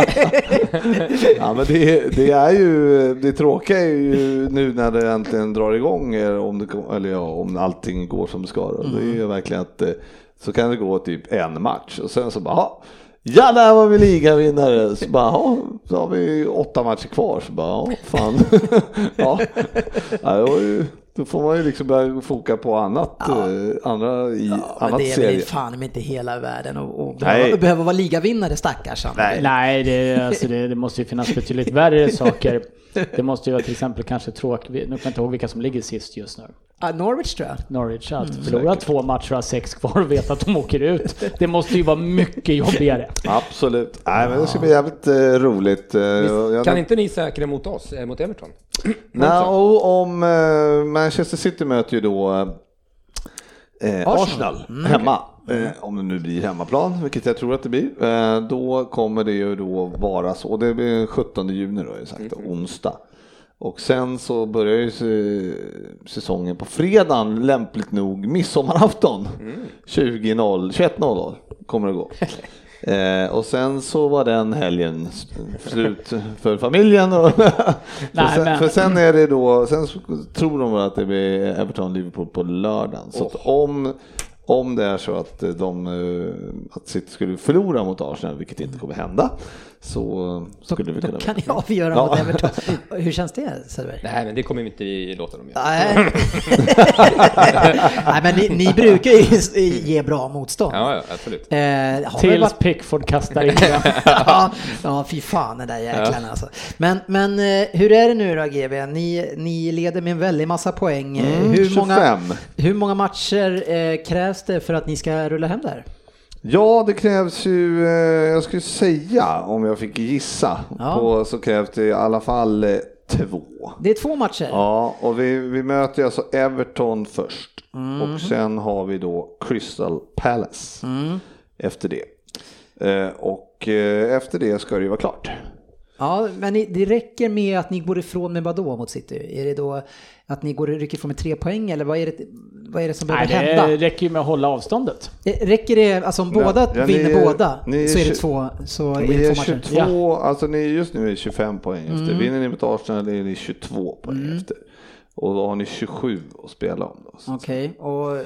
Ja, men det, det är ju, det tråkiga är ju nu när det äntligen drar igång, om, det, eller ja, om allting går som det ska. Mm. Det är ju verkligen att så kan det gå typ en match och sen så bara, ja, där var vi ligavinnare. Så bara, ja, så har vi åtta matcher kvar. Så bara, ja, fan. Ja, ja det var ju, då får man ju liksom börja foka på annat, ja. eh, andra i ja, annat det är serie. väl fan inte hela världen och, och behöva, behöva vara ligavinnare, stackars. Nej, Nej det, alltså det, det måste ju finnas betydligt värre saker. Det måste ju vara till exempel kanske tråkigt. Nu kan jag inte ihåg vilka som ligger sist just nu. Uh, Norwich tror jag. Norwich, att mm. förlora två matcher och sex kvar och veta att de åker ut. Det måste ju vara mycket jobbigare. Absolut. Nej, men det ska bli jävligt uh, roligt. Uh, jag kan inte ni säkra mot oss, äh, mot Everton? Nej, och om uh, Manchester City möter ju då uh, Arsenal, Arsenal mm. hemma. Mm. Eh, om det nu blir hemmaplan, vilket jag tror att det blir, eh, då kommer det ju då vara så. Och det blir sjuttonde juni då, sagt, mm. onsdag. Och sen så börjar ju säsongen på fredagen, lämpligt nog, midsommarafton. Mm. tjugo noll, tjugoett noll kommer det gå. Eh, och sen så var den helgen slut för familjen och Nej, för, sen, men... för sen är det då, sen tror de att det blir Everton Liverpool på lördagen. Så oh. att om Om det är så att de att City skulle förlora mot Arsenal, vilket inte kommer hända, så skulle vi kunna... Då kan ni avgöra ja. mot Everton. Hur känns det, Söderberg? Nej, men det kommer vi inte låta dem göra. Nej, Nej men ni, ni brukar ju ge bra motstånd. Ja, ja absolut. Eh, Tills varit... Pickford kastar in ja, ja, fy fan den där jäklarna ja. alltså. Men, men hur är det nu då, G V? Ni, ni leder med en väldig massa poäng. Mm, hur, många, hur många matcher eh, krävs det för att ni ska rulla hem där? Ja, det krävs ju, eh, jag skulle säga, om jag fick gissa, ja. på, så krävs det i alla fall eh, två. Det är två matcher? Ja, och vi, vi möter alltså Everton först. Mm. Och sen har vi då Crystal Palace mm. efter det. Eh, och eh, efter det ska det ju vara klart. Ja, men det räcker med att ni går ifrån med vad då mot City? Är det då att ni går rycker ifrån med tre poäng eller vad är det, vad är det som behöver Nej, det hända? Det räcker ju med att hålla avståndet. Räcker det, alltså om båda ja, vinner är, båda så är det två, så är det två matcher. tjugotvå, ja. Alltså ni just nu är tjugofem poäng efter. Mm. Vinner ni mot Arsenal är ni tjugotvå poäng mm. efter. Och då har ni tjugosju att spela om då. Okej, okay. och...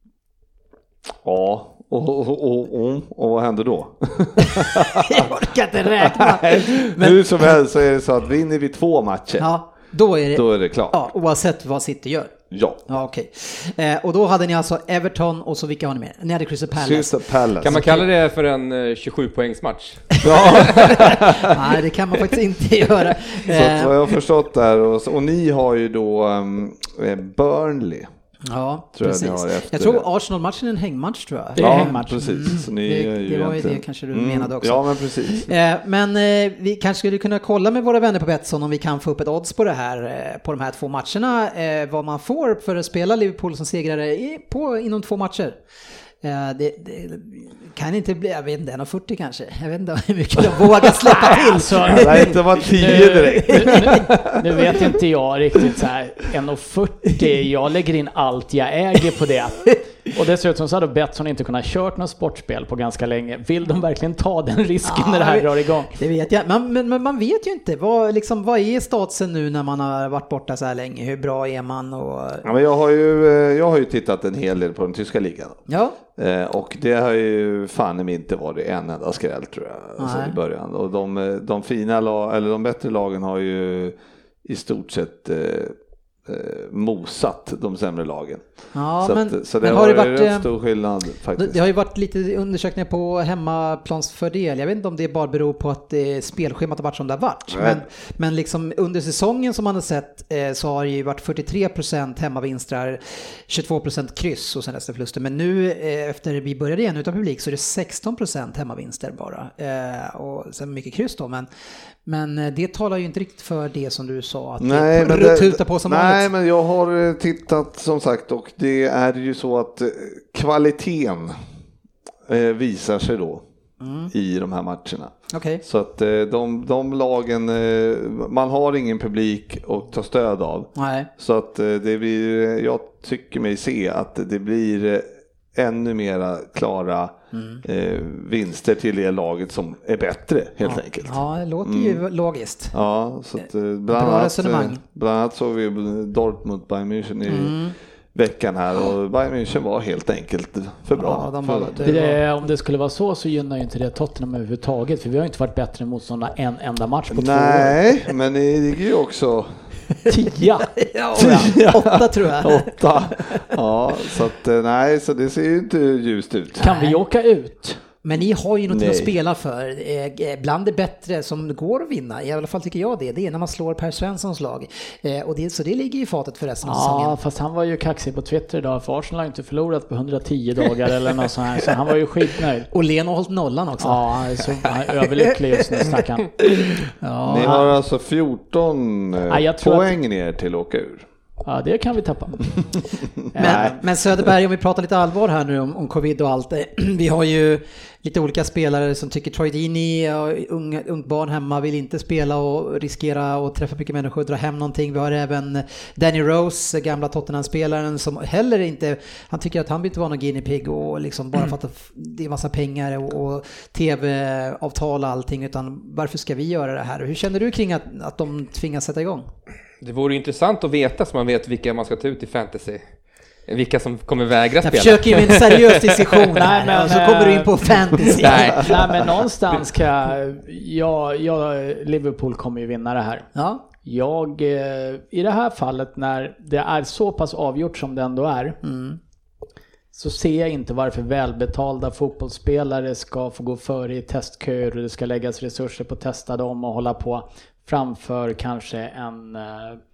Ja, och, och, och, och, och vad händer då? Jag orkar inte räkna. Men... Hur som helst så är det så att vinner vi två matcher, ja, då är det, då är det klart. Ja, oavsett vad City gör. Ja. Ja, okej. Okay. Eh, och då hade ni alltså Everton och så vilka har ni med? Ni hade Crystal Palace. Crystal Palace. Kan man kalla det för en uh, tjugosju-poängsmatch? Ja. Nej, det kan man faktiskt inte göra. Så vad jag har förstått där, och, och ni har ju då um, Burnley. Ja, tror precis. Jag, jag tror Arsenal-matchen är en hängmatch, tror jag. Det är ja, hängmatch. Precis. Mm. Så ni det, är ju det var ju egentligen... det kanske du mm. menade också. Ja, men precis. Eh, men eh, vi kanske skulle kunna kolla med våra vänner på Betsson om vi kan få upp ett odds på det här, eh, på de här två matcherna. Eh, vad man får för att spela Liverpool som segrare i, på, inom två matcher. Uh, det, det kan inte bli, jag vet inte, en fyrtio kanske. Jag vet inte hur mycket de vågar släppa till. Alltså, det inte var tio direkt. Nu, nu vet inte jag riktigt så här, en fyrtio, jag lägger in allt jag äger på det. Och dessutom så hade Betsson inte kunnat kört något sportspel på ganska länge. Vill de verkligen ta den risken ja, när det här drar igång? Det vet jag. Men, men, men man vet ju inte. Vad, liksom, vad är statsen nu när man har varit borta så här länge? Hur bra är man? Och... Ja, men jag, har ju, jag har ju tittat en hel del på den tyska ligan. Ja. Eh, och det har ju fan inte varit en enda skräll, tror jag, alltså i början. Och de, de fina lag, eller de bättre lagen har ju i stort sett... Eh, mosat de sämre lagen. Ja, så, men, att, så det men har, har det varit varit en stor skillnad faktiskt. Det, det har ju varit lite undersökningar på hemmaplansfördel. Jag vet inte om det bara beror på att eh, spelschemat har varit som det har varit. Men, men liksom under säsongen som man har sett eh, så har det ju varit fyrtiotre procent hemmavinster, tjugotvå procent kryss och sen resten förluster. Men nu eh, efter vi började igen utan publik så är det sexton procent hemmavinster bara. Eh, och sen mycket kryss då, men Men det talar ju inte riktigt för det som du sa att nej, det men tuta på som nej, vanligt. men jag har tittat som sagt och det är ju så att kvaliteten visar sig då mm. i de här matcherna. Okay. Så att de, de lagen, man har ingen publik att ta stöd av. Nej. Så att det blir, jag tycker mig se att det blir ännu mera klara mm. eh, vinster till det laget som är bättre helt ja. enkelt. Ja, det låter ju mm. logiskt. Ja, så att, eh, bland, annat, bland annat såg vi Dortmund Bayern München i mm. veckan här och Bayern München var helt enkelt för bra. Ja, de för det, det, om det skulle vara så så gynnar ju inte det Tottenham överhuvudtaget, för vi har ju inte varit bättre motståndare en enda match på Nej, två år. Nej, men det ligger ju också Tia. Ja, åtta tror jag. Åtta. Ja, så att nej, så det ser ju inte ljust ut. Kan vi åka ut? Men ni har ju något att spela för. Bland det bättre som går att vinna, i alla fall tycker jag det, det är när man slår Per Svenssons lag. Och det, så det ligger i fatet för resten av ja, säsongen. Ja, fast han var ju kaxig på Twitter idag, för Arsenal har inte förlorat på hundratio dagar eller något sånt här, så han var ju skitnöjd. Och Len har hållit nollan också. Ja, han är, så, han är överlycklig just nu, stackarn. Ja. Ni har alltså fjorton ja, poäng att... ner till att åka ur. Ja, det kan vi tappa. men, men Söderberg, om vi pratar lite allvar här nu om, om covid och allt. Vi har ju lite olika spelare som tycker Troy Deeney, ung, ungt barn hemma, vill inte spela och riskera att träffa mycket människor och dra hem någonting. Vi har även Danny Rose, gamla Tottenham-spelaren, som heller inte, han tycker att han vill inte vara någon guinea pig och liksom bara för att det är massa pengar och, och tv-avtal och allting, utan varför ska vi göra det här? Hur känner du kring att, att de tvingas sätta igång? Det vore intressant att veta så man vet vilka man ska ta ut i fantasy. Vilka som kommer vägra spela. Jag försöker ju med en seriös diskussion här, men, och så kommer du in på fantasy. Nej, nej men någonstans kan jag, jag, Liverpool kommer ju vinna det här. Ja. Jag, i det här fallet när det är så pass avgjort som det ändå är, mm. så ser jag inte varför välbetalda fotbollsspelare ska få gå före i testköer och det ska läggas resurser på att testa dem och hålla på framför kanske en uh,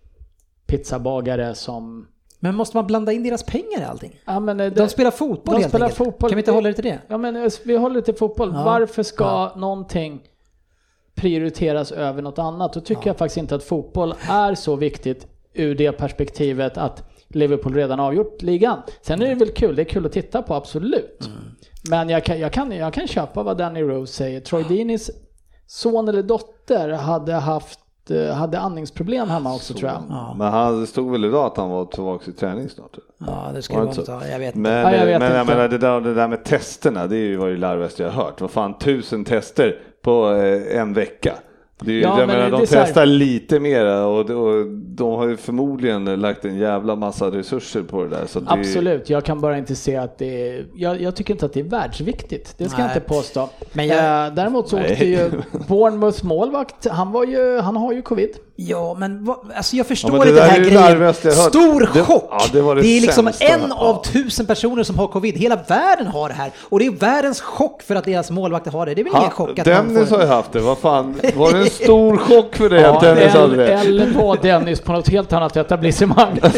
pizzabagare som... Men måste man blanda in deras pengar i allting? Ja, men det, de spelar fotboll de helt spelar enkelt. Fotboll. Kan vi inte hålla det till det? Ja, men vi håller det till fotboll. Ja. Varför ska ja. någonting prioriteras över något annat? Då tycker ja. jag faktiskt inte att fotboll är så viktigt ur det perspektivet att Liverpool redan avgjort ligan. Sen är det väl kul, det är kul att titta på, absolut. Mm. Men jag kan, jag, kan, jag kan köpa vad Danny Rose säger. Troy Deeneys son eller dotter hade haft hade andningsproblem hemma också, så, tror jag. Ja. Men han stod väl idag att han var tillbaka i träning snart. Ja, det skulle vara så. Jag vet inte. Men, ja, jag, vet men inte. jag menar, det där, det där med testerna, det är ju vad det larvigaste jag har hört. Vad fan, tusen tester på eh, en vecka. Det är ju, ja, jag menar, de testar här... lite mer och, och de har ju förmodligen lagt en jävla massa resurser på det där. Så det... Absolut, jag kan bara inte se att det är... Jag, jag tycker inte att det är världsviktigt. Det ska Nej. jag inte påstå. Men jag... äh, däremot så åkte ju Bournemouths målvakt, han, var ju, han har ju covid. Ja, men va, alltså jag förstår ja, inte det den här grejen. Det, Stor chock! ja, det, var det, det är liksom en ja. av tusen personer som har covid. Hela världen har det här. Och det är världens chock för att deras målvakter har det. Det är väl ha, ingen chock att Dennis får... har ju haft det. Vad fan? Var det en stor chock för dig ja, att Dennis hade det? Eller var Dennis på något helt annat etablissemang? ja,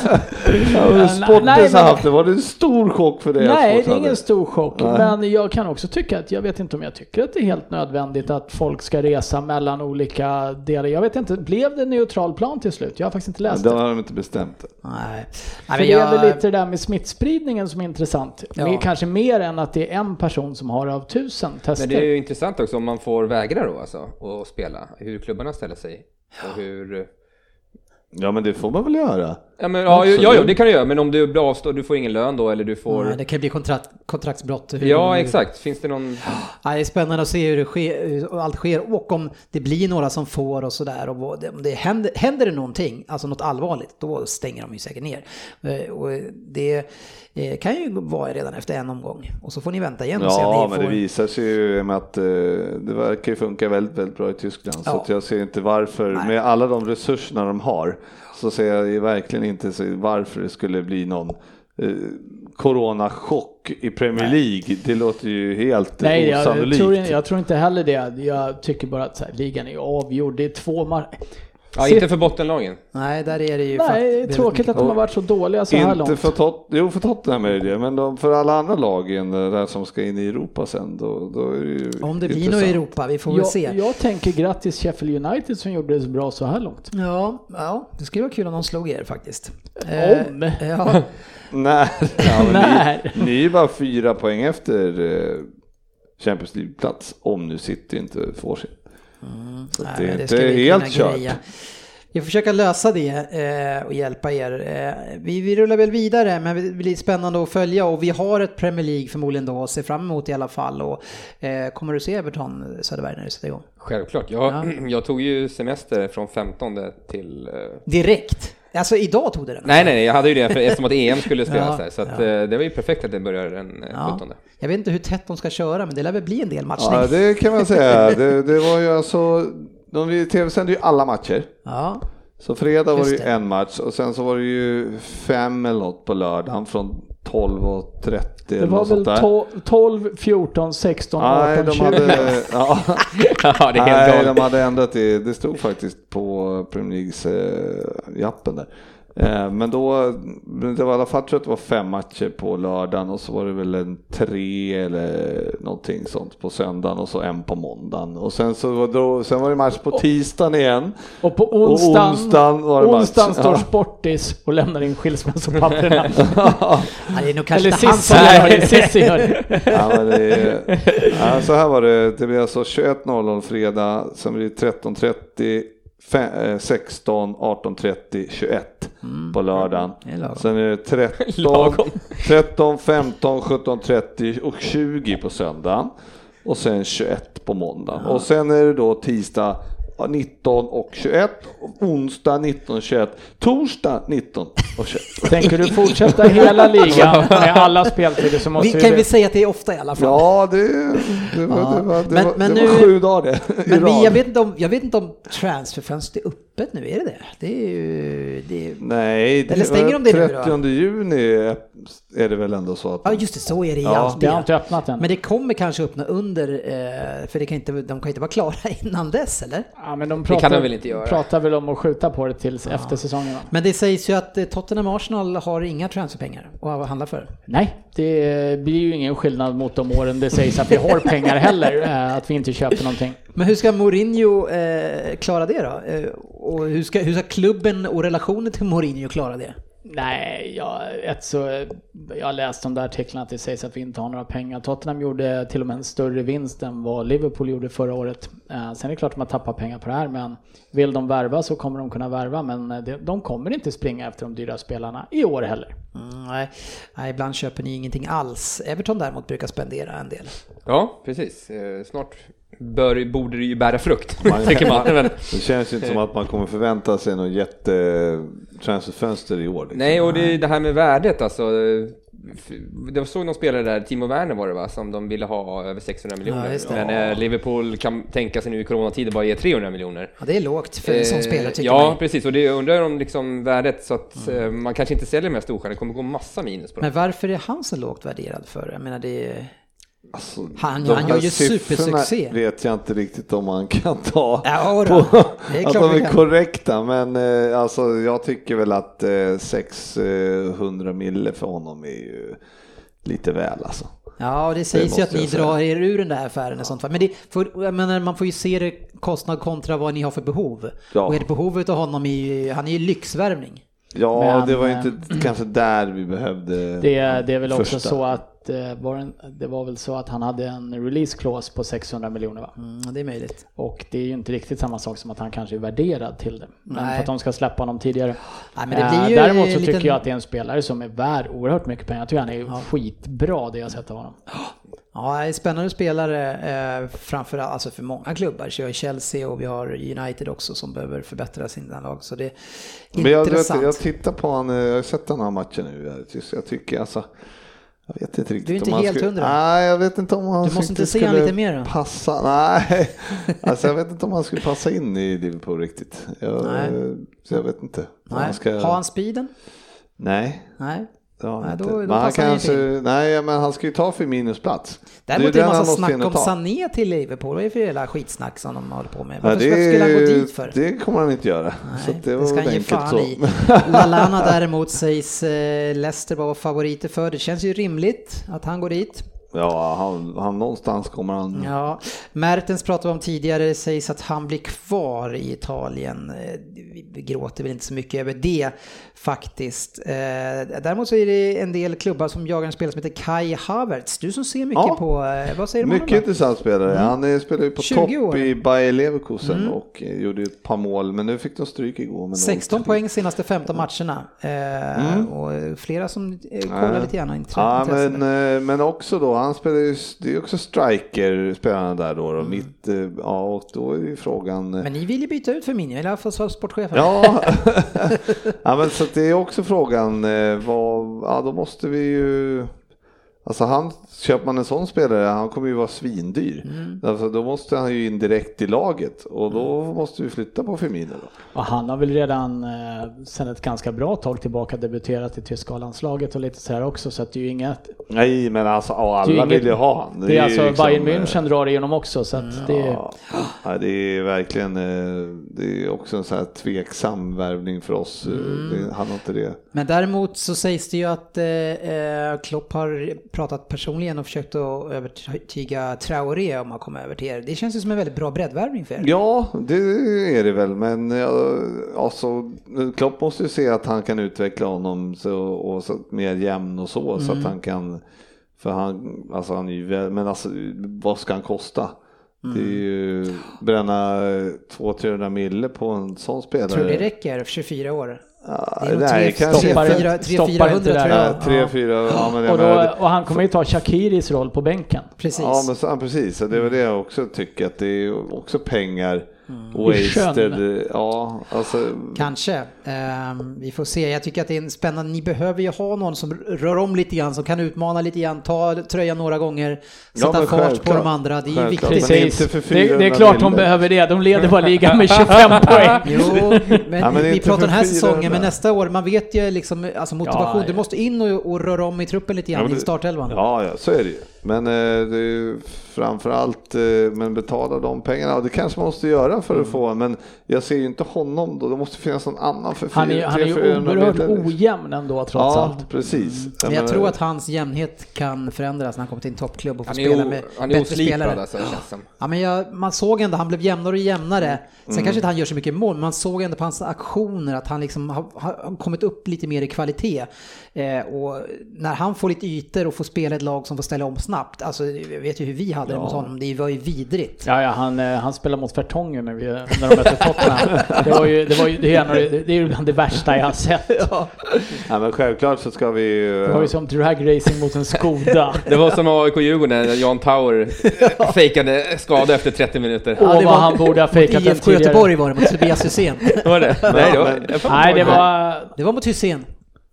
Sportis har haft det. Var det en stor chock för dig? Nej, det är ingen stor chock. Nej. Men jag kan också tycka att, jag vet inte om jag tycker att det är helt nödvändigt att folk ska resa mellan olika delar. Jag vet inte, blev det neutral plan till slut? Jag har faktiskt inte läst det. Det har de inte bestämt. Nej. För det är väl lite det där med smittspridningen som är intressant. Ja. Men kanske mer än att det är en person som har av tusen tester. Men det är ju intressant också om man får vägra då alltså att spela. Hur klubbarna ställer sig. Och hur... Ja, men det får man väl göra. Ja, men, ja, ja, ja, det kan du göra, men om du blir avstånd, du får ingen lön då, eller du får... Nej, det kan bli kontrakt, kontraktsbrott. Hur, ja, exakt. Finns det någon... Ja, det är spännande att se hur, det sker, hur allt sker och om det blir några som får och sådär. Och om det händer, händer det någonting, alltså något allvarligt, då stänger de ju säkert ner. Och det kan ju vara redan efter en omgång. Och så får ni vänta igen och ja, se Ja, ni men får... det visar sig ju med att det verkar funka väldigt, väldigt bra i Tyskland. Ja. Så att jag ser inte varför, Nej. med alla de resurserna de har, så ser jag verkligen inte varför det skulle bli någon eh, coronachock i Premier League. Nej. Det låter ju helt Nej, osannolikt. Jag tror, jag tror inte heller det. Jag tycker bara att så här, ligan är avgjord. Det är två mar- Ja, inte för bottenlagen. Nej, där är det ju... Nej, det är tråkigt att de har varit så dåliga så här långt. Inte för, tot- jo, för Tottenham är det, men de, för alla andra lagen där som ska in i Europa sen, då, då är det ju om det blir något i Europa, vi får väl jag, se. Jag tänker grattis Sheffield United som gjorde det så bra så här långt. Ja, ja det skulle vara kul om de slog er faktiskt. Om? Eh, ja. Nej, ja, Nej. Ni, ni är bara fyra poäng efter eh, Champions League-plats, om nu City inte får sin. Mm, så nej, det är inte helt kört. Greja. Vi får försöka lösa det eh, och hjälpa er. Eh, vi, vi rullar väl vidare, men det blir spännande att följa och vi har ett Premier League förmodligen då att se fram emot i alla fall. Och, eh, kommer du se Everton, Söderberg, när du sätter igång? Självklart. Jag, ja. jag tog ju semester från femtonde till... Eh... Direkt? Alltså idag tog det den? Nej, nej, jag hade ju det för, eftersom att E M skulle spelas ja, där. Så att, ja. det var ju perfekt att det börjar den ja. sjuttonde. Jag vet inte hur tätt de ska köra, men det lär väl bli en del matchning. Ja, det kan man säga. det, det var ju alltså... De tv-sände ju alla matcher. Ja. Så fredag var det ju en match och sen så var det ju fem eller något på lördagen från tolv och trettio. Det var väl tolv, fjorton, sexton, Nej, arton, de hade, ja. ja, det är helt Nej, de hade ändrat det. Det stod faktiskt på Premier Leagues eh, appen där. Eh, men då, det var i alla fall, tror jag att det var fem matcher på lördagen och så var det väl en tre eller någonting sånt på söndagen och så en på måndagen. Och sen så var det, sen var det match på tisdagen igen. Och på onsdagen, och onsdagen var det onsdagen står ja. Sportis och lämnar in skilsmässopapperna. ja, det är nog kanske eller Sissi gör det. Sissi gör det. Ja, men det är, ja, så här var det. Det blev alltså tjugoett noll noll fredag, sen blir det tretton trettio, sexton, arton trettio, tjugoett mm. på lördagen. Mm. Sen är det tretton, tretton, femton, sjutton trettio och tjugo på söndagen. Och sen tjugoett på måndagen. Ja. Och sen är det då tisdag nitton och tjugoett, onsdag nitton tjugoett, torsdag nitton och tjugoett. Tänker du fortsätta hela ligan med alla speltider så måste vi, kan det... vi säga att det är ofta i alla fall? Ja, det, det, var, ja. det, var, det, men, var, men det nu, var sju dagar det. Men vi, jag, vet inte om, jag vet inte om transferfönstret är öppet nu, är det det? Det är ju... Det är, nej, det eller stänger de det nu då? trettionde juni är det väl ändå så att... Ja, just det, så är det i ja. allt. Det har inte öppnat än. Men det kommer kanske öppna under, eh, för det kan inte, de kan inte vara klara innan dess, eller? Ja, men de pratar, det kan de väl inte göra. Pratar väl om att skjuta på det tills ja. efter säsongen. Men det sägs ju att Tottenham Arsenal har inga transferpengar att handla för. Nej, det blir ju ingen skillnad mot de åren det sägs att vi har pengar heller, att vi inte köper någonting. Men hur ska Mourinho eh, klara det då? Eh, och hur ska, hur ska klubben och relationen till Mourinho klara det? Nej, jag, ett så, jag har läst de där artiklarna att det sägs att vi inte har några pengar. Tottenham gjorde till och med en större vinst än vad Liverpool gjorde förra året. Eh, sen är det klart att man tappar pengar på det här, men vill de värva så kommer de kunna värva. Men det, de kommer inte springa efter de dyra spelarna i år heller. Mm, nej. nej, ibland köper ni ingenting alls. Everton däremot brukar spendera en del. Ja, precis. Eh, snart bör, borde det ju bära frukt. Man, tycker man. Det känns inte som att man kommer förvänta sig någon jättetransferfönster i år. Liksom. Nej, och det, det här med värdet alltså. Det var så någon spelare där, Timo Werner var det va, som de ville ha över sexhundra miljoner. Ja, men eh, Liverpool kan tänka sig nu i coronatider bara ge trehundra miljoner. Ja, det är lågt för en sån spelare tycker Ja, mig. precis. Och det undrar om liksom värdet så att mm. eh, man kanske inte säljer med storstjärnor. Det kommer gå massa minus på det. Men varför är han så lågt värderad för? Jag menar det är... Alltså, han han gör ju supersuccé. Vet jag inte riktigt om man kan ta ja, på det är att klart de är korrekta, men eh, alltså, jag tycker väl att eh, sexhundra mille för honom är ju lite väl alltså. Ja, och det sägs det ju att ni drar er ur den där affären och sånt. Men det får, jag menar, man får ju se det kostnad kontra vad ni har för behov. Ja. Och ert behovet av honom är ju, han är ju lyxvärvning. Ja, men, det var ju inte kanske där vi behövde. Det, det är väl också första. så att att eh, var en, det var väl så att han hade en release clause på sexhundra miljoner va? Mm, det är möjligt. Och det är ju inte riktigt samma sak som att han kanske är värderad till det. Men Nej. för att de ska släppa honom tidigare. Nej, men det blir ju Däremot så liten... tycker jag att det är en spelare som är värd oerhört mycket pengar. Jag tycker han är ja. skitbra det jag sett av honom. Ja, det är spännande spelare eh, framförallt alltså för många klubbar. Så jag har Chelsea och vi har United också som behöver förbättra sina lag. Så det är men jag, intressant. Jag, jag tittar på han, jag har sett den här matchen nu. Jag tycker alltså, jag vet inte riktigt. Du är inte om han helt skulle, hundra. Nej, jag vet inte om han du måste inte se han lite mer då. Passa, nej. Alltså jag vet inte om han skulle passa in i Liverpool riktigt. Jag, nej. Så jag vet inte. Nej. Han ska... Har han speeden? Nej. Nej. Ja, nej, då, då då han passar kanske, han nej, men han ska ju ta för minusplats. Däremot är det en massa snack om Sané till Liverpool. Vad är det för jävla skitsnack som de håller på med? Varför, ja, det, varför skulle han gå dit för? Det kommer han inte göra. Nej, så det, det ska han ge fan så. I. Lallana däremot sägs eh, Leicester vara favoriter för. Det känns ju rimligt att han går dit. Ja, han, han någonstans kommer han. Ja, Mertens pratade vi om tidigare. Det sägs att han blir kvar i Italien. Vi gråter väl inte så mycket över det faktiskt. Däremot så är det en del klubbar som jagar en spelare som heter Kai Havertz. Du som ser mycket ja. på, vad säger du om mycket honom? Intressant spelare. Mm. Han spelar ju på topp år. i Bayer Leverkusen mm. och gjorde ett par mål. Men nu fick de stryk igår. Med sexton poäng senaste femton matcherna. Mm. Och flera som kollar äh. lite gärna intressant. Ja, men, men också då, han spelar ju, det är också striker spelarna där då. Och mm. mitt, ja, och då är ju frågan. Men ni vill ju byta ut för min, jag vill få svara sportchefen. Ja, ja men så det är också frågan, vad, ja då måste vi ju, alltså han, köper man en sån spelare, han kommer ju vara svindyr. Mm. Alltså, då måste han ju in direkt i laget och då mm. måste vi flytta på Firmino då. Och han har väl redan eh, sedan ett ganska bra tag tillbaka debuterat i tyska landslaget och lite så här också, så att det är ju inget. Nej, men alltså alla inget, vill ju ha han. Det, det är, är alltså liksom, Bayern München drar igenom också så att mm. det ja, ja, det är verkligen det är också en så här tveksam värvning för oss. Mm. Det, han har inte det. Men däremot så sägs det ju att eh, Klopp har pratat personligen och försökt att övertyga Traoré om att komma över till er. Det känns ju som en väldigt bra breddvärvning för er. Ja, det är det väl, men alltså, Klopp måste ju se att han kan utveckla honom så, och så mer jämn och så, mm. så att han kan, för han, alltså han är ju, men alltså vad ska han kosta? Mm. Det är ju bränna två till trehundra mille på en sån spelare. Tror det räcker för tjugofyra år? Ja, det är nog tre fyrahundra tror jag. tre fyra ja, men och, då, och han kommer ju ta Shakiris roll på bänken. Precis. Ja, men så, precis. Det är väl det jag också tycker, att det är också pengar mm. wasted. Ja, alltså. Kanske. Um, vi får se. Jag tycker att det är spännande. Ni behöver ju ha någon som rör om lite grann, som kan utmana lite grann, ta tröjan några gånger, sätta ja, fart på de andra. Det är ju viktigt. Precis. Det, det är klart de behöver det. De leder bara ligan med tjugofem poäng. Jo, men, ja, men vi pratar den här säsongen, men nästa år, man vet ju liksom, alltså motivation, ja, ja. Du måste in och, och röra om i truppen lite grann, ja, i startelvan. Ja, ja, så är det ju. Men eh, det är ju framförallt eh, men betala de pengarna, och det kanske man måste göra för mm. att få, men jag ser ju inte honom då, det måste finnas någon annan för han är, han är ju oerhört ojämn ändå trots ja, allt. Precis. Mm. Men jag tror att hans jämnhet kan förändras när han kommer till en toppklubb och får han spela o, med han är bättre spelare. Alltså, ja, men jag, man såg ändå, han blev jämnare och jämnare. Sen mm. kanske inte han gör så mycket mål, men man såg ändå på hans aktioner att han liksom har, har kommit upp lite mer i kvalitet. Eh, och när han får lite ytor och får spela ett lag som får ställa om snabbt, alltså jag vet ju hur vi hade ja. det mot honom, det var ju vidrigt. Ja, ja han, han spelade mot Vertongen när, vi, när de mötte Tottenham. Det var ju, det var ju det, är, det, det är ju bland det värsta jag har sett. Ja. Ja, men självklart så ska vi ju... Det var ju som drag racing mot en Skoda. Det var som A I K-Djurgården när Jan Tauer fejkade skada efter trettio minuter. Åh, ja, det var han borde ha fejkat I F K Göteborg var det mot Tobias Hysén. Var det? Nej, det var, nej, det var... Det var mot Hysén.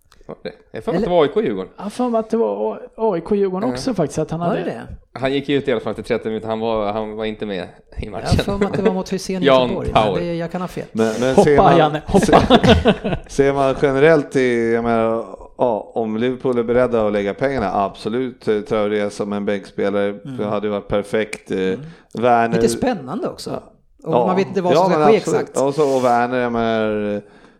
Jag får att det var A I K-Djurgården. Jag får att det var A I K-Djurgården också faktiskt. Att han, hade... det? Han gick ut i alla fall efter trettio minuter. Han var, han var inte med i matchen. Jag får att det var mot Hysén i Göteborg. Det, jag kan ha fel. Men, men hoppa, man, Janne, hoppa. Ser, ser man generellt i, jag menar, ja, om Liverpool är beredda att lägga pengarna, absolut. Traoré som en bänkspelare mm. hade varit perfekt. Mm. Werner... Lite spännande också. Och ja, man vet inte vad ja, som ska ske exakt. Och, så, och Werner, jag menar,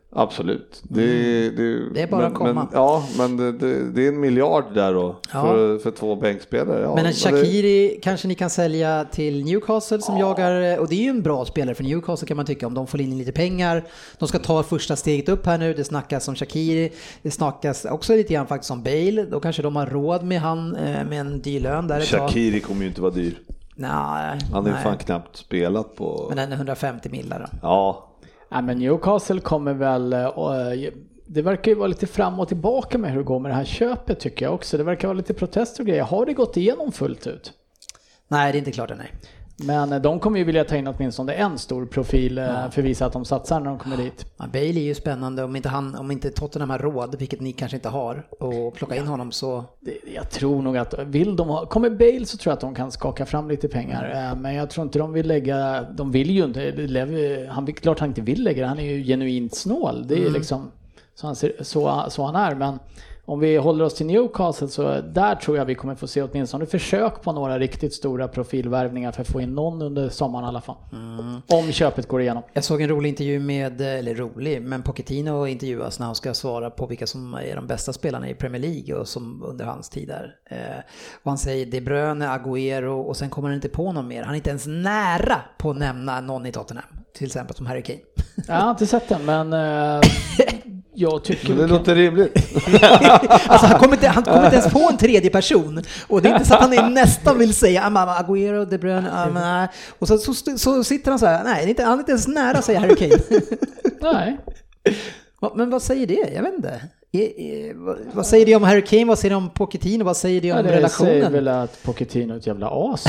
Absolut. Det, det, det är bara men, att komma. Men, ja, men det, det, det är en miljard där då ja. för, för två bänkspelare. Ja, men en Shaqiri det... kanske ni kan sälja till Newcastle som ja. jagar, och det är ju en bra spelare för Newcastle kan man tycka, om de får in lite pengar. De ska ta första steget upp här nu, det snackas om Shaqiri, det snackas också lite grann faktiskt om Bale, då kanske de har råd med han med en dyr lön där. Shaqiri kommer ju inte vara dyr. Nej, han har ju nej. fan knappt spelat på... Men den är hundrafemtio millar då. Ja. Ja, men Newcastle kommer väl, och det verkar ju vara lite fram och tillbaka med hur det går med det här köpet tycker jag också. Det verkar vara lite protester och grejer. Har det gått igenom fullt ut? Nej, det är inte klart än, nej. Men de kommer ju vilja ta in åtminstone en stor profil ja. för att visa att de satsar när de kommer dit. Ja, Bale är ju spännande, om inte, han, om inte Tottenham har råd, vilket ni kanske inte har, och plocka in honom så... Det, jag tror nog att, vill de ha, kommer Bale så tror jag att de kan skaka fram lite pengar. Men jag tror inte de vill lägga, de vill ju inte, han, klart han inte vill lägga det, han är ju genuint snål. Det är mm. liksom så han, ser, så, så han är, men... Om vi håller oss till Newcastle så där tror jag vi kommer få se åtminstone försök på några riktigt stora profilvärvningar för att få in någon under sommaren i alla fall. Mm. Om köpet går igenom. Jag såg en rolig intervju med, eller rolig, men Pochettino intervjuas när han ska svara på vilka som är de bästa spelarna i Premier League och som under hans tid där. Eh, och han säger De Bruyne, Agüero och sen kommer han inte på någon mer. Han är inte ens nära på att nämna någon i Tottenham. Till exempel som Harry Kane. Jag har inte sett den, men... Eh... Jag tycker det låter rimligt. Alltså han kommer inte, han kommer inte ens på en tredje person. Och det är inte så att han är nästan vill säga Agüero, De Bruyne, ah, och så, så, så sitter han så här. Nej, det är inte, han är inte ens nära, säger Harry Kane. Nej. Men vad säger det? Jag vet inte. E, e, vad, vad säger det om Harry Kane? Vad säger det om Pochettino? Vad säger det om ja, det relationen? Det säger väl att Pochettino är ett jävla as.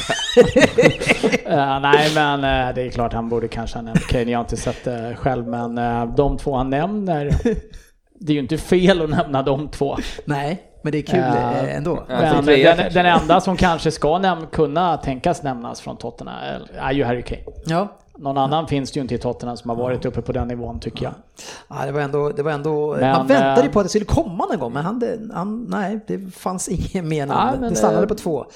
uh, nej, men uh, det är klart han borde kanske ha nämnt Kane. Jag har inte sett det uh, själv, men uh, de två han nämner, det är ju inte fel att nämna de två. Nej, men det är kul uh, ändå. Men den, den enda som kanske ska näm- kunna tänkas nämnas från Tottenham är, är ju Harry Kane. Ja. Någon annan ja. finns det ju inte i Tottenham som har varit uppe på den nivån tycker jag. Ja, det var ändå, det var ändå men, man väntade ju på att det skulle komma någon gång, men han, han nej, det fanns ingen mer namn. Det stannade det, på två.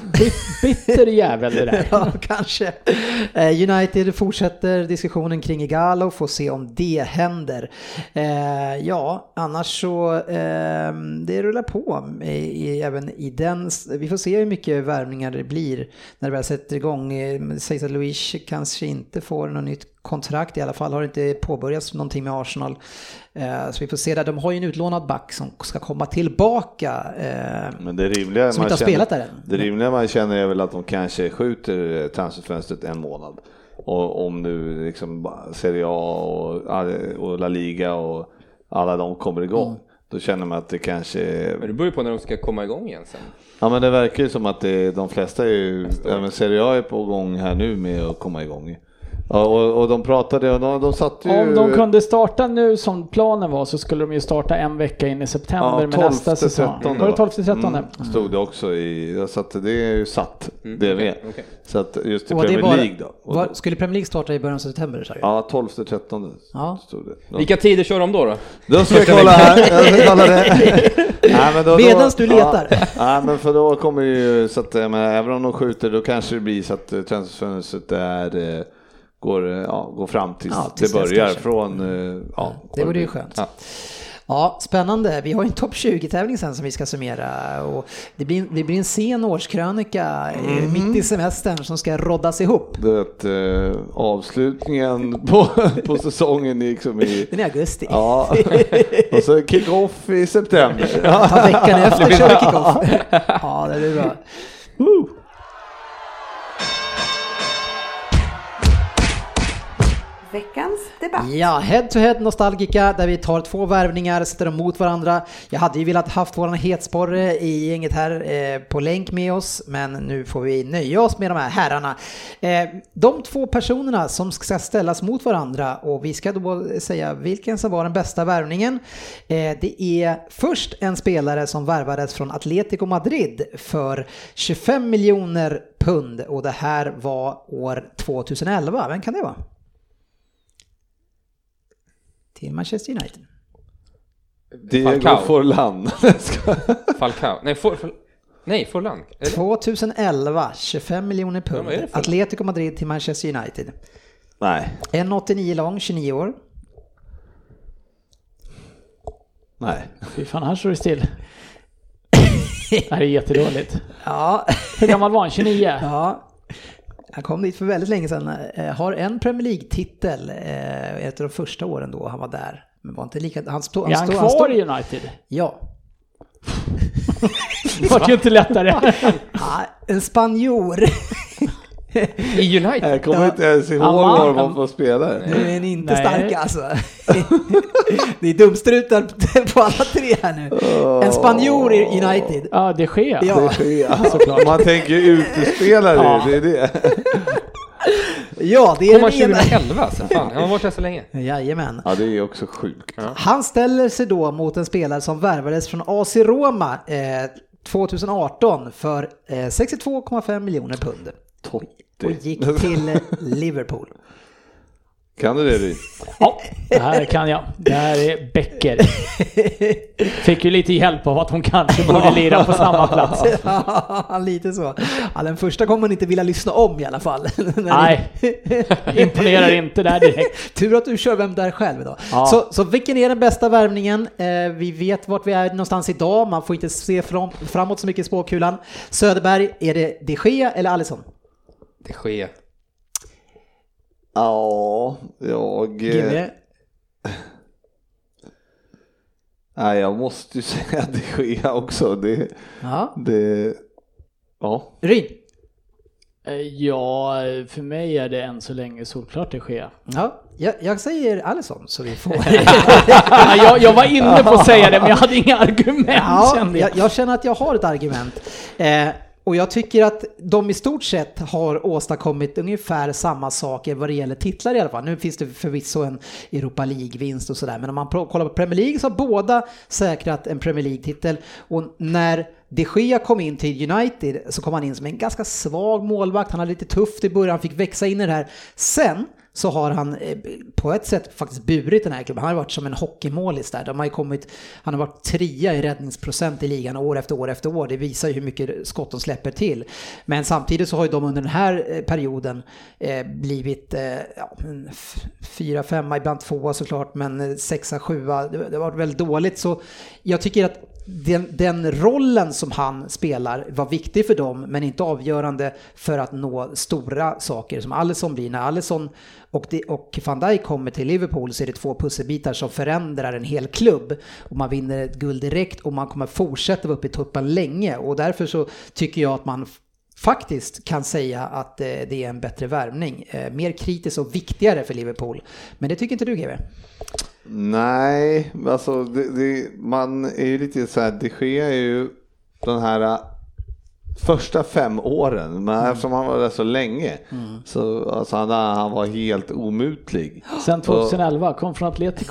Bitter jävel det där. Ja, kanske. United fortsätter diskussionen kring Igalo, får se om det händer. Eh, ja, annars så eh, det rullar på i, i, även i den. Vi får se hur mycket värvningar det blir när det väl sätter igång. Det sägs att Luis kanske inte inte får något nytt kontrakt, i alla fall har det inte påbörjats någonting med Arsenal, eh, så vi får se där. De har ju en utlånad back som ska komma tillbaka, eh, men det rimliga som inte har känner, spelat där än. Det rimliga man känner är väl att de kanske skjuter transferfönstret en månad, och om nu liksom Serie A och, och La Liga och alla de kommer igång, mm. då känner man att det kanske... Men det beror ju på när de ska komma igång igen sen. Ja, men det verkar ju som att det, de flesta är ju, ja, men Serie A är på gång här nu med att komma igång. Ja, och, och de pratade och de, de satt ju... Om de kunde starta nu som planen var så skulle de ju starta en vecka in i september, ja, med nästa säsong. Var det tolfte trettonde? Mm, stod det också i, så att det är ju satt, mm, det är med. Okay, okay. Så att just i och Premier bara, League då. Var, skulle Premier League starta i början av september? Så ja, tolfte trettonde ja. stod det. Då. Vilka tider kör de då då? Då ska jag kolla här, jag ska kolla det. Nej, men då, medans du letar. Ja, ja, men för då kommer ju, så att, men även om de skjuter, då kanske det blir så att transferfönstret är... Går, ja, går fram tills, ja, tills det börjar från... Ja, det vore ju skönt. Ja. Ja, spännande. Vi har en topp tjugo-tävling sen som vi ska summera. Och det, blir, det blir en sen årskrönika mm. mitt i semestern som ska roddas ihop. Det är äh, avslutningen på, på säsongen liksom i... Den är augusti. Ja, och så kick-off i september. Ja, ta veckan efter kör vi kick-off. Ja, det blir bra. Woo! Veckans debatt. Ja, head to head nostalgika där vi tar två värvningar, sätter dem mot varandra. Jag hade ju velat haft våran hetsporre i gänget här eh, på länk med oss, men nu får vi nöja oss med de här herrarna. Eh, de två personerna som ska ställas mot varandra, och vi ska då säga vilken som var den bästa värvningen. Eh, det är först en spelare som värvades från Atletico Madrid för tjugofem miljoner pund, och det här var år tjugoelva. Vem kan det vara? Till Manchester United. Diego Forlan. Falcao. Nej, for, for, nej Forlan. tjugoelva, tjugofem miljoner pund. Ja, Atletico Madrid till Manchester United. Nej. en komma åttionio lång, tjugonio år. Nej. Fy fan, här står det still. Det här är jättedåligt. Ja. Hur gammal var han? tjugonio? Ja. Han kom dit för väldigt länge sedan. Har en Premier League-titel ett av de första åren då han var där. Men var inte lika... Han stod, är han, han kvar stod, i United? Ja. Det var ju inte lättare. Ja, en spanjor. I United? Jag kommer inte ens ihåg var de var på spelare. Nu är ni inte Nej. starka alltså. Det är dumstrutar på alla tre här nu. En spanjor i United. Ja, det sker. Ja. Det sker, såklart. Man tänker utespelare, Ja. det är det. Ja, det är Kom han den ena. tjugoelva? Så fan, han har varit där så länge. Jajamän. Ja, det är också sjukt. Ja. Han ställer sig då mot en spelare som värvades från A C Roma eh, tjugoarton för eh, sextiotvå komma fem miljoner pund. Totti. Och gick till eh, Liverpool. Kan du det, Ryn? Ja, det här kan jag. Det här är Becker. Fick ju lite hjälp av att hon kanske borde lira på samma plats. Ja, lite så. Ja, den första kommer man inte vilja lyssna om i alla fall. Nej, imponerar inte där direkt. Tur att du kör Vem där själv idag. Ja. Så, så vilken är den bästa värvningen? Eh, vi vet vart vi är någonstans idag. Man får inte se fram, framåt så mycket i spåkulan. Söderberg, är det De Gea eller Alisson? Det sker. Ja, jag... G. Nej, jag måste ju säga att det sker också. Det... Ja. det ja. Ryn? Ja, för mig är det än så länge solklart det sker. Ja, jag, jag säger Alisson så vi får... Ja, jag, jag var inne på att säga det, men jag hade inga argument. Ja, kände jag. jag, jag känner att jag har ett argument. Eh, och jag tycker att de i stort sett har åstadkommit ungefär samma saker vad det gäller titlar i alla fall. Nu finns det förvisso en Europa League-vinst och sådär. Men om man kollar på Premier League så har båda säkrat en Premier League-titel. Och när De Gea kom in till United så kom han in som en ganska svag målvakt. Han hade lite tufft i början, han fick växa in i det här. Sen så har han på ett sätt faktiskt burit den här klubben. Han har varit som en hockeymålis där. De har ju kommit, han har varit trea i räddningsprocent i ligan år efter år efter år. Det visar ju hur mycket skott de släpper till. Men samtidigt så har ju de under den här perioden eh, blivit eh, ja, fyra, femma, ibland tvåa såklart, men sexa, sjua. Det, det har varit väldigt dåligt. Så jag tycker att Den, den rollen som han spelar var viktig för dem, men inte avgörande för att nå stora saker som Alisson blir. När Alisson och, de, och Van Dijk kommer till Liverpool så är det två pusselbitar som förändrar en hel klubb. Och man vinner ett guld direkt och man kommer fortsätta vara uppe i toppen länge. Och därför så tycker jag att man faktiskt kan säga att eh, det är en bättre värvning. Eh, mer kritisk och viktigare för Liverpool. Men det tycker inte du, G V? Nej, alltså det, det, man är ju lite så här, det sker ju den här första fem åren, men mm. eftersom han var där så länge mm. så alltså han, han var helt omutlig. Sen tjugoelva kom från Atletico.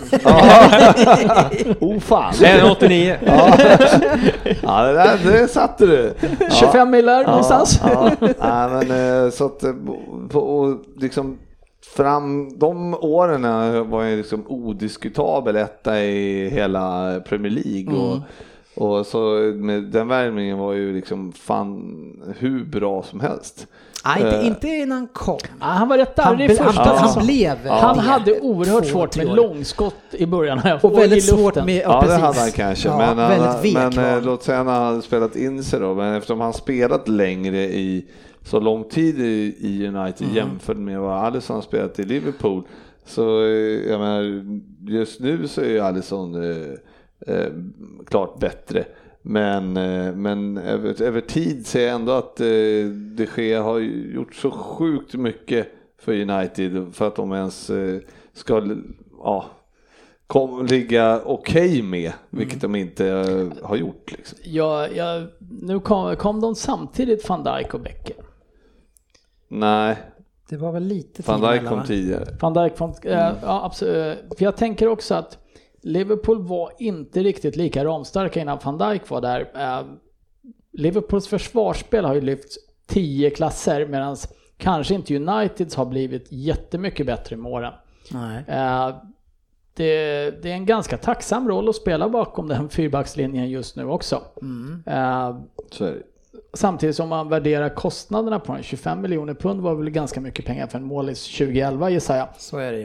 Oh fan. En åttionio. Ja, ja det, där, det satte du. Ja. tjugofem millar ja, någonstans. Ja, ja, men så att och liksom fram de åren var ju liksom odiskutabel etta i hela Premier League och mm. Och så med den värmningen var ju liksom fan hur bra som helst. Nej, inte, uh, inte innan han kom. Ja, han var rätt darrig han, första. Han, Han, han blev. Ja. han det, hade oerhört svårt med långskott i början. Och, och väldigt svårt med... Ja, ja precis. det hade han kanske. Ja, men väldigt han, vek, men låt säga när han hade spelat in sig då. Men eftersom han spelat längre i så lång tid i, i United mm. jämfört med vad Alisson spelat i Liverpool. Så jag menar, just nu så är ju Alisson eh, eh, klart bättre. Men, eh, men över, över tid ser jag ändå att eh, De Gea har gjort så sjukt mycket för United för att de ens eh, ska ja, kom, ligga okej okay med, vilket mm. de inte eh, har gjort. Liksom. Ja, ja, nu kom, kom de samtidigt Van Dijk och Becker. Nej. Det var väl lite Van Dijk kom tidigare. Van Dijk kom, mm. äh, ja, absolut. För jag tänker också att Liverpool var inte riktigt lika ramstarka innan Van Dijk var där. Äh, Liverpools försvarsspel har ju lyft tio klasser medan kanske inte Uniteds har blivit jättemycket bättre med åren. Nej. Äh, det, det är en ganska tacksam roll att spela bakom den fyrbackslinjen just nu också. Mm. Äh, Så är det. Samtidigt som man värderar kostnaderna på den, tjugofem miljoner pund var väl ganska mycket pengar för en målis tjugoelva gissar jag. Så är det ju.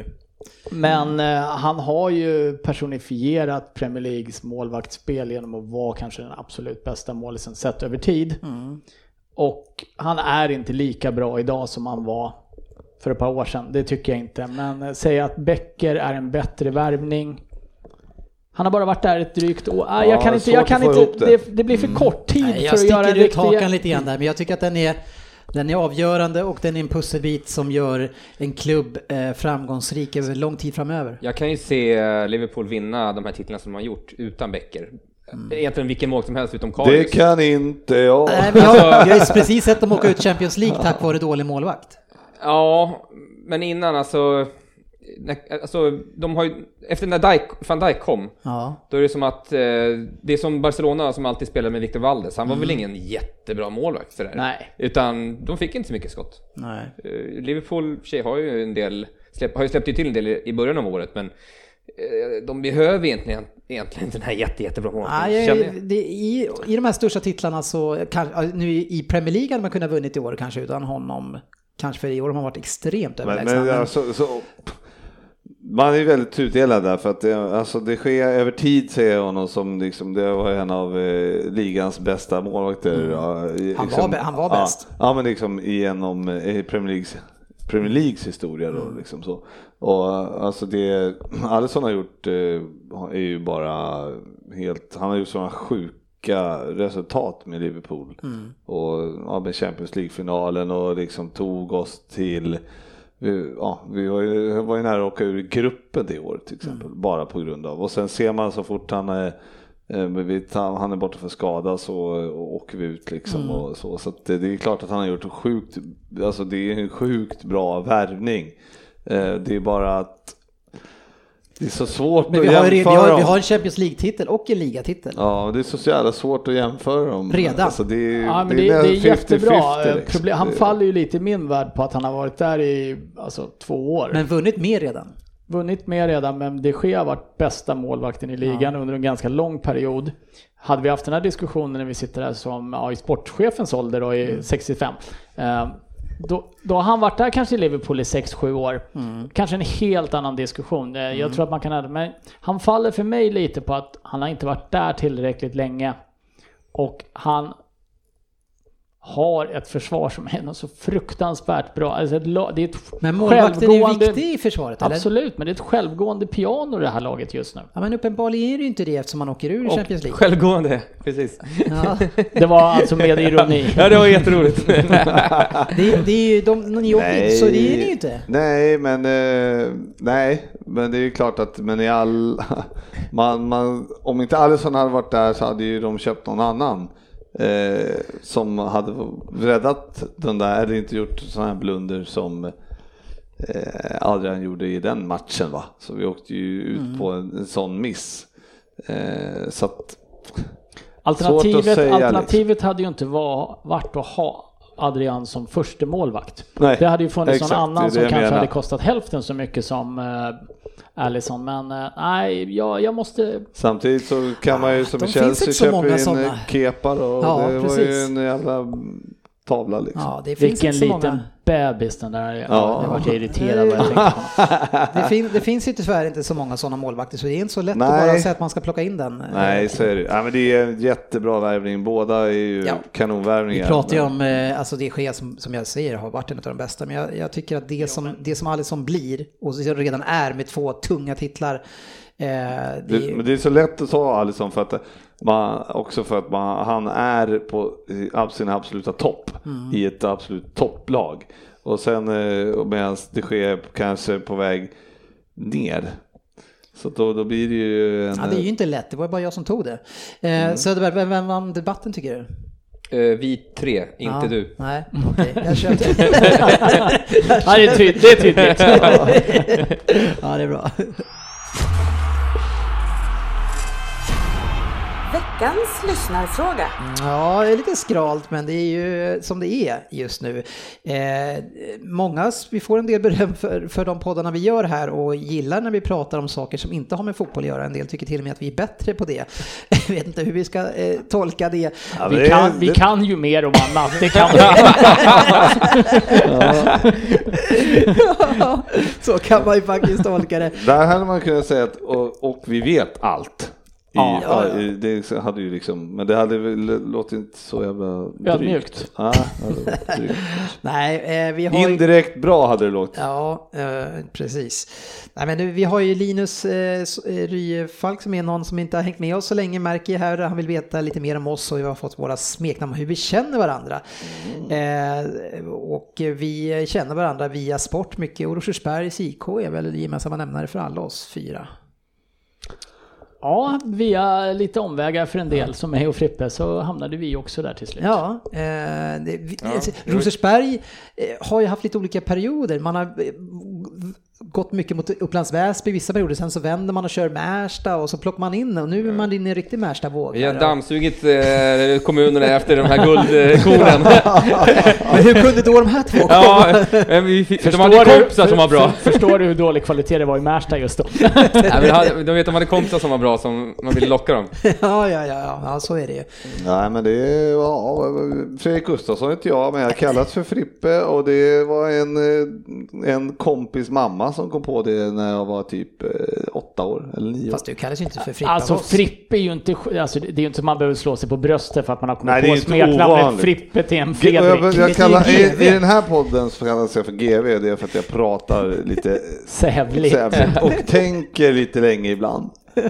Men eh, han har ju personifierat Premier Leagues målvaktsspel genom att vara kanske den absolut bästa målisen sett över tid. Mm. Och han är inte lika bra idag som han var för ett par år sedan. Det tycker jag inte. Men eh, säga att Becker är en bättre värvning. Han har bara varit där ett drygt år. Ah, jag kan inte, jag kan inte det. Det, det blir för kort tid Nej, för att göra en riktig... Jag sticker ut hakan riktig... lite grann där, men jag tycker att den är, den är avgörande och den är en pusselbit som gör en klubb eh, framgångsrik över lång tid framöver. Jag kan ju se Liverpool vinna de här titlarna som de har gjort utan Becker. Mm. Egentligen vilken mål som helst utom Karius. Det kan inte jag. Nej, men jag, jag har precis sett dem åka ut Champions League tack vare dålig målvakt. Ja, men innan alltså... Alltså, de har ju, efter när Dijk, Van Dijk kom, ja. Då är det som att eh, det är som Barcelona som alltid spelar med Victor Valdes. Han var mm. väl ingen jättebra målvakt för det. Nej. Utan de fick inte så mycket skott. Nej. Eh, Liverpool tjej har ju en del släpp, har ju släppt till en del i början av året, men eh, de behöver egentligen egentligen inte den här jätte, jättebra målvakten. Nej, det, i, i de här största titlarna så kan, nu i Premier League hade man kunnat vunnit i år kanske utan honom. Kanske för i år har man varit extremt överlägsna. Men, men, ja, så, så, man är väldigt tudelad där för att det, alltså det sker över tid, ser jag honom som liksom, det var en av eh, ligans bästa målvakter. Mm. Ja, liksom, han, var, han var bäst. Ja, ja men liksom genom eh, Premier Leagues, Premier Leagues historia då, mm. liksom så. Och alltså det Alisson har gjort eh, är ju bara helt, han har gjort sådana sjuka resultat med Liverpool. Mm. Och ja, med Champions League-finalen och liksom tog oss till ja, vi var ju, var ju nära att åka ur gruppen det året till exempel, mm. bara på grund av. Och sen ser man så fort han är han är borta för skada så åker vi ut liksom mm. och så. Så att det, det är klart att han har gjort sjukt, alltså det är en sjukt bra värvning. Det är bara att det är så svårt Men vi att har, jämföra vi, har, dem. vi har en Champions League-titel och en ligatitel. Ja, det är så jävla svårt att jämföra dem. Redan. Alltså det är, ja, men det, det, är det är jättebra. liksom. Problem, han faller ju lite i min värld på att han har varit där i alltså, två år. Men vunnit mer redan. Vunnit mer redan, men de Gea har varit bästa målvakten i ligan ja. under en ganska lång period. Hade vi haft den här diskussionen när vi sitter där som ja, i sportchefens ålder då, i mm. sextiofem. Eh, Då, då har han varit där kanske i Liverpool i sex sju år. Mm. Kanske en helt annan diskussion. Jag mm. tror att man kan... Men han faller för mig lite på att han har inte varit där tillräckligt länge. Och han har ett försvar som är så fruktansvärt bra. Alltså ett, det är ett men målvakten är ju viktig i försvaret, eller? Absolut, men det är ett självgående piano det här laget just nu. Ja, men uppenbarligen är det ju inte det eftersom man åker ur i Champions League. Självgående, precis. Ja. Det var alltså med ironi. Ja, det var jätteroligt. det, det är ju de, ni åker inte, så det är det ju inte. Nej, men eh, nej, men det är ju klart att men i all man, man, om inte Alisson hade varit där så hade ju de köpt någon annan. Eh, som hade räddat den där, eller inte gjort sådana här blunder som eh, Adrian gjorde i den matchen, va? Så vi åkte ju ut mm. på en, en sån miss. Eh, så att alternativet, alternativet liksom. Hade ju inte var, varit att ha Adrian som första målvakt. Nej, det hade ju funnits exakt, någon annan som kanske menar. hade kostat hälften så mycket som eh, Alisson, men eh, nej, jag, jag måste... Samtidigt så kan man ju som i Chelsea köpa in såna. Kepar och ja, det precis. Var ju en jävla tavla liksom. Ja, det finns vilken inte så liten många. Bebis den där. Ja. Ja. Jag var irriterad vad jag tänkte på. det, fin- det finns ju tyvärr inte så många sådana målvakter, så det är inte så lätt Nej. att bara säga att man ska plocka in den. Nej, så är det. Ja, men det är en jättebra värvning. Båda är ju ja. kanonvärvningar. Vi pratar ju om, alltså det sker som, som jag säger har varit en av de bästa, men jag, jag tycker att det som, det som Alisson blir och redan är med två tunga titlar. Eh, det, det, men det är så lätt att ta Alisson för att man, också för att man, han är på sin absoluta topp mm. i ett absolut topplag. Och sen medan det sker kanske på väg ner. Så då, då blir det ju en... Ja, det är ju inte lätt. Det var bara jag som tog det. Eh, mm. Söderberg, vem, vem vann debatten tycker du? Uh, vi tre, inte ja, du. Nej, okej. Okay. Jag köpte. Ja, det är tydligt. Det är tydligt. Ja, det är bra. Veckans lyssnarfråga. Ja, det är lite skralt, men det är ju som det är just nu. Eh, många, vi får en del beröm för, för de poddarna vi gör här och gillar när vi pratar om saker som inte har med fotboll att göra. En del tycker till och med att vi är bättre på det. Jag vet inte hur vi ska eh, tolka det. Ja, vi, kan, vi kan ju mer om annat, det kan vi. Ja, så kan man ju faktiskt tolka det. Där hade man kunnat säga att och, och vi vet allt. I, ja, ja, ja. Det hade ju liksom, men det hade väl låtit inte så jävla drygt. Ja, drygt. Nej, eh, vi har indirekt bra hade det låtit. Ja, eh, precis. Nej, men nu, vi har ju Linus eh, Ryefalk som är någon som inte har hängt med oss så länge, märker jag här. Han vill veta lite mer om oss och vi har fått våra smeknamn, hur vi känner varandra. Mm. Eh, och vi känner varandra via sport mycket. Och Rosersbergs I K är väl gemensamma nämnare för alla oss fyra. Ja, via lite omvägar för en del ja. som mig och Frippe så hamnade vi också där till slut. Ja, eh, det, vi, ja. Rosersberg eh, har ju haft lite olika perioder. Man har eh, gått mycket mot Upplands Väsby i vissa perioder, sen så vänder man och kör Märsta och så plockar man in och nu är man in i en riktig Märsta-våg. Vi har dammsugit eh, kommunerna efter de här guldkornen. Men hur kunde då de här två komma? Ja, men vi, de hade kompisar som var bra. För, förstår du hur dålig kvalitet det var i Märsta just då? Ja, men de vet de hade kompisar som var bra, som man ville locka dem. Ja, ja, ja, ja, ja, så är det ju. Nej, men det är, ja, Fredrik Gustafsson inte jag, men jag kallats för Frippe och det var en, en kompis mamma som kom på det när jag var typ åtta år eller nio år. Fast du kallas ju inte för Frippe. Alltså Frippe är ju inte, alltså det är ju inte så man behöver slå sig på bröstet för att man har kommit Nej, på smeknamnet Frippe till en Fredrik. Jag, jag kallar, i, I den här podden så kallas jag för G V, det är för att jag pratar lite sävligt och tänker lite länge ibland.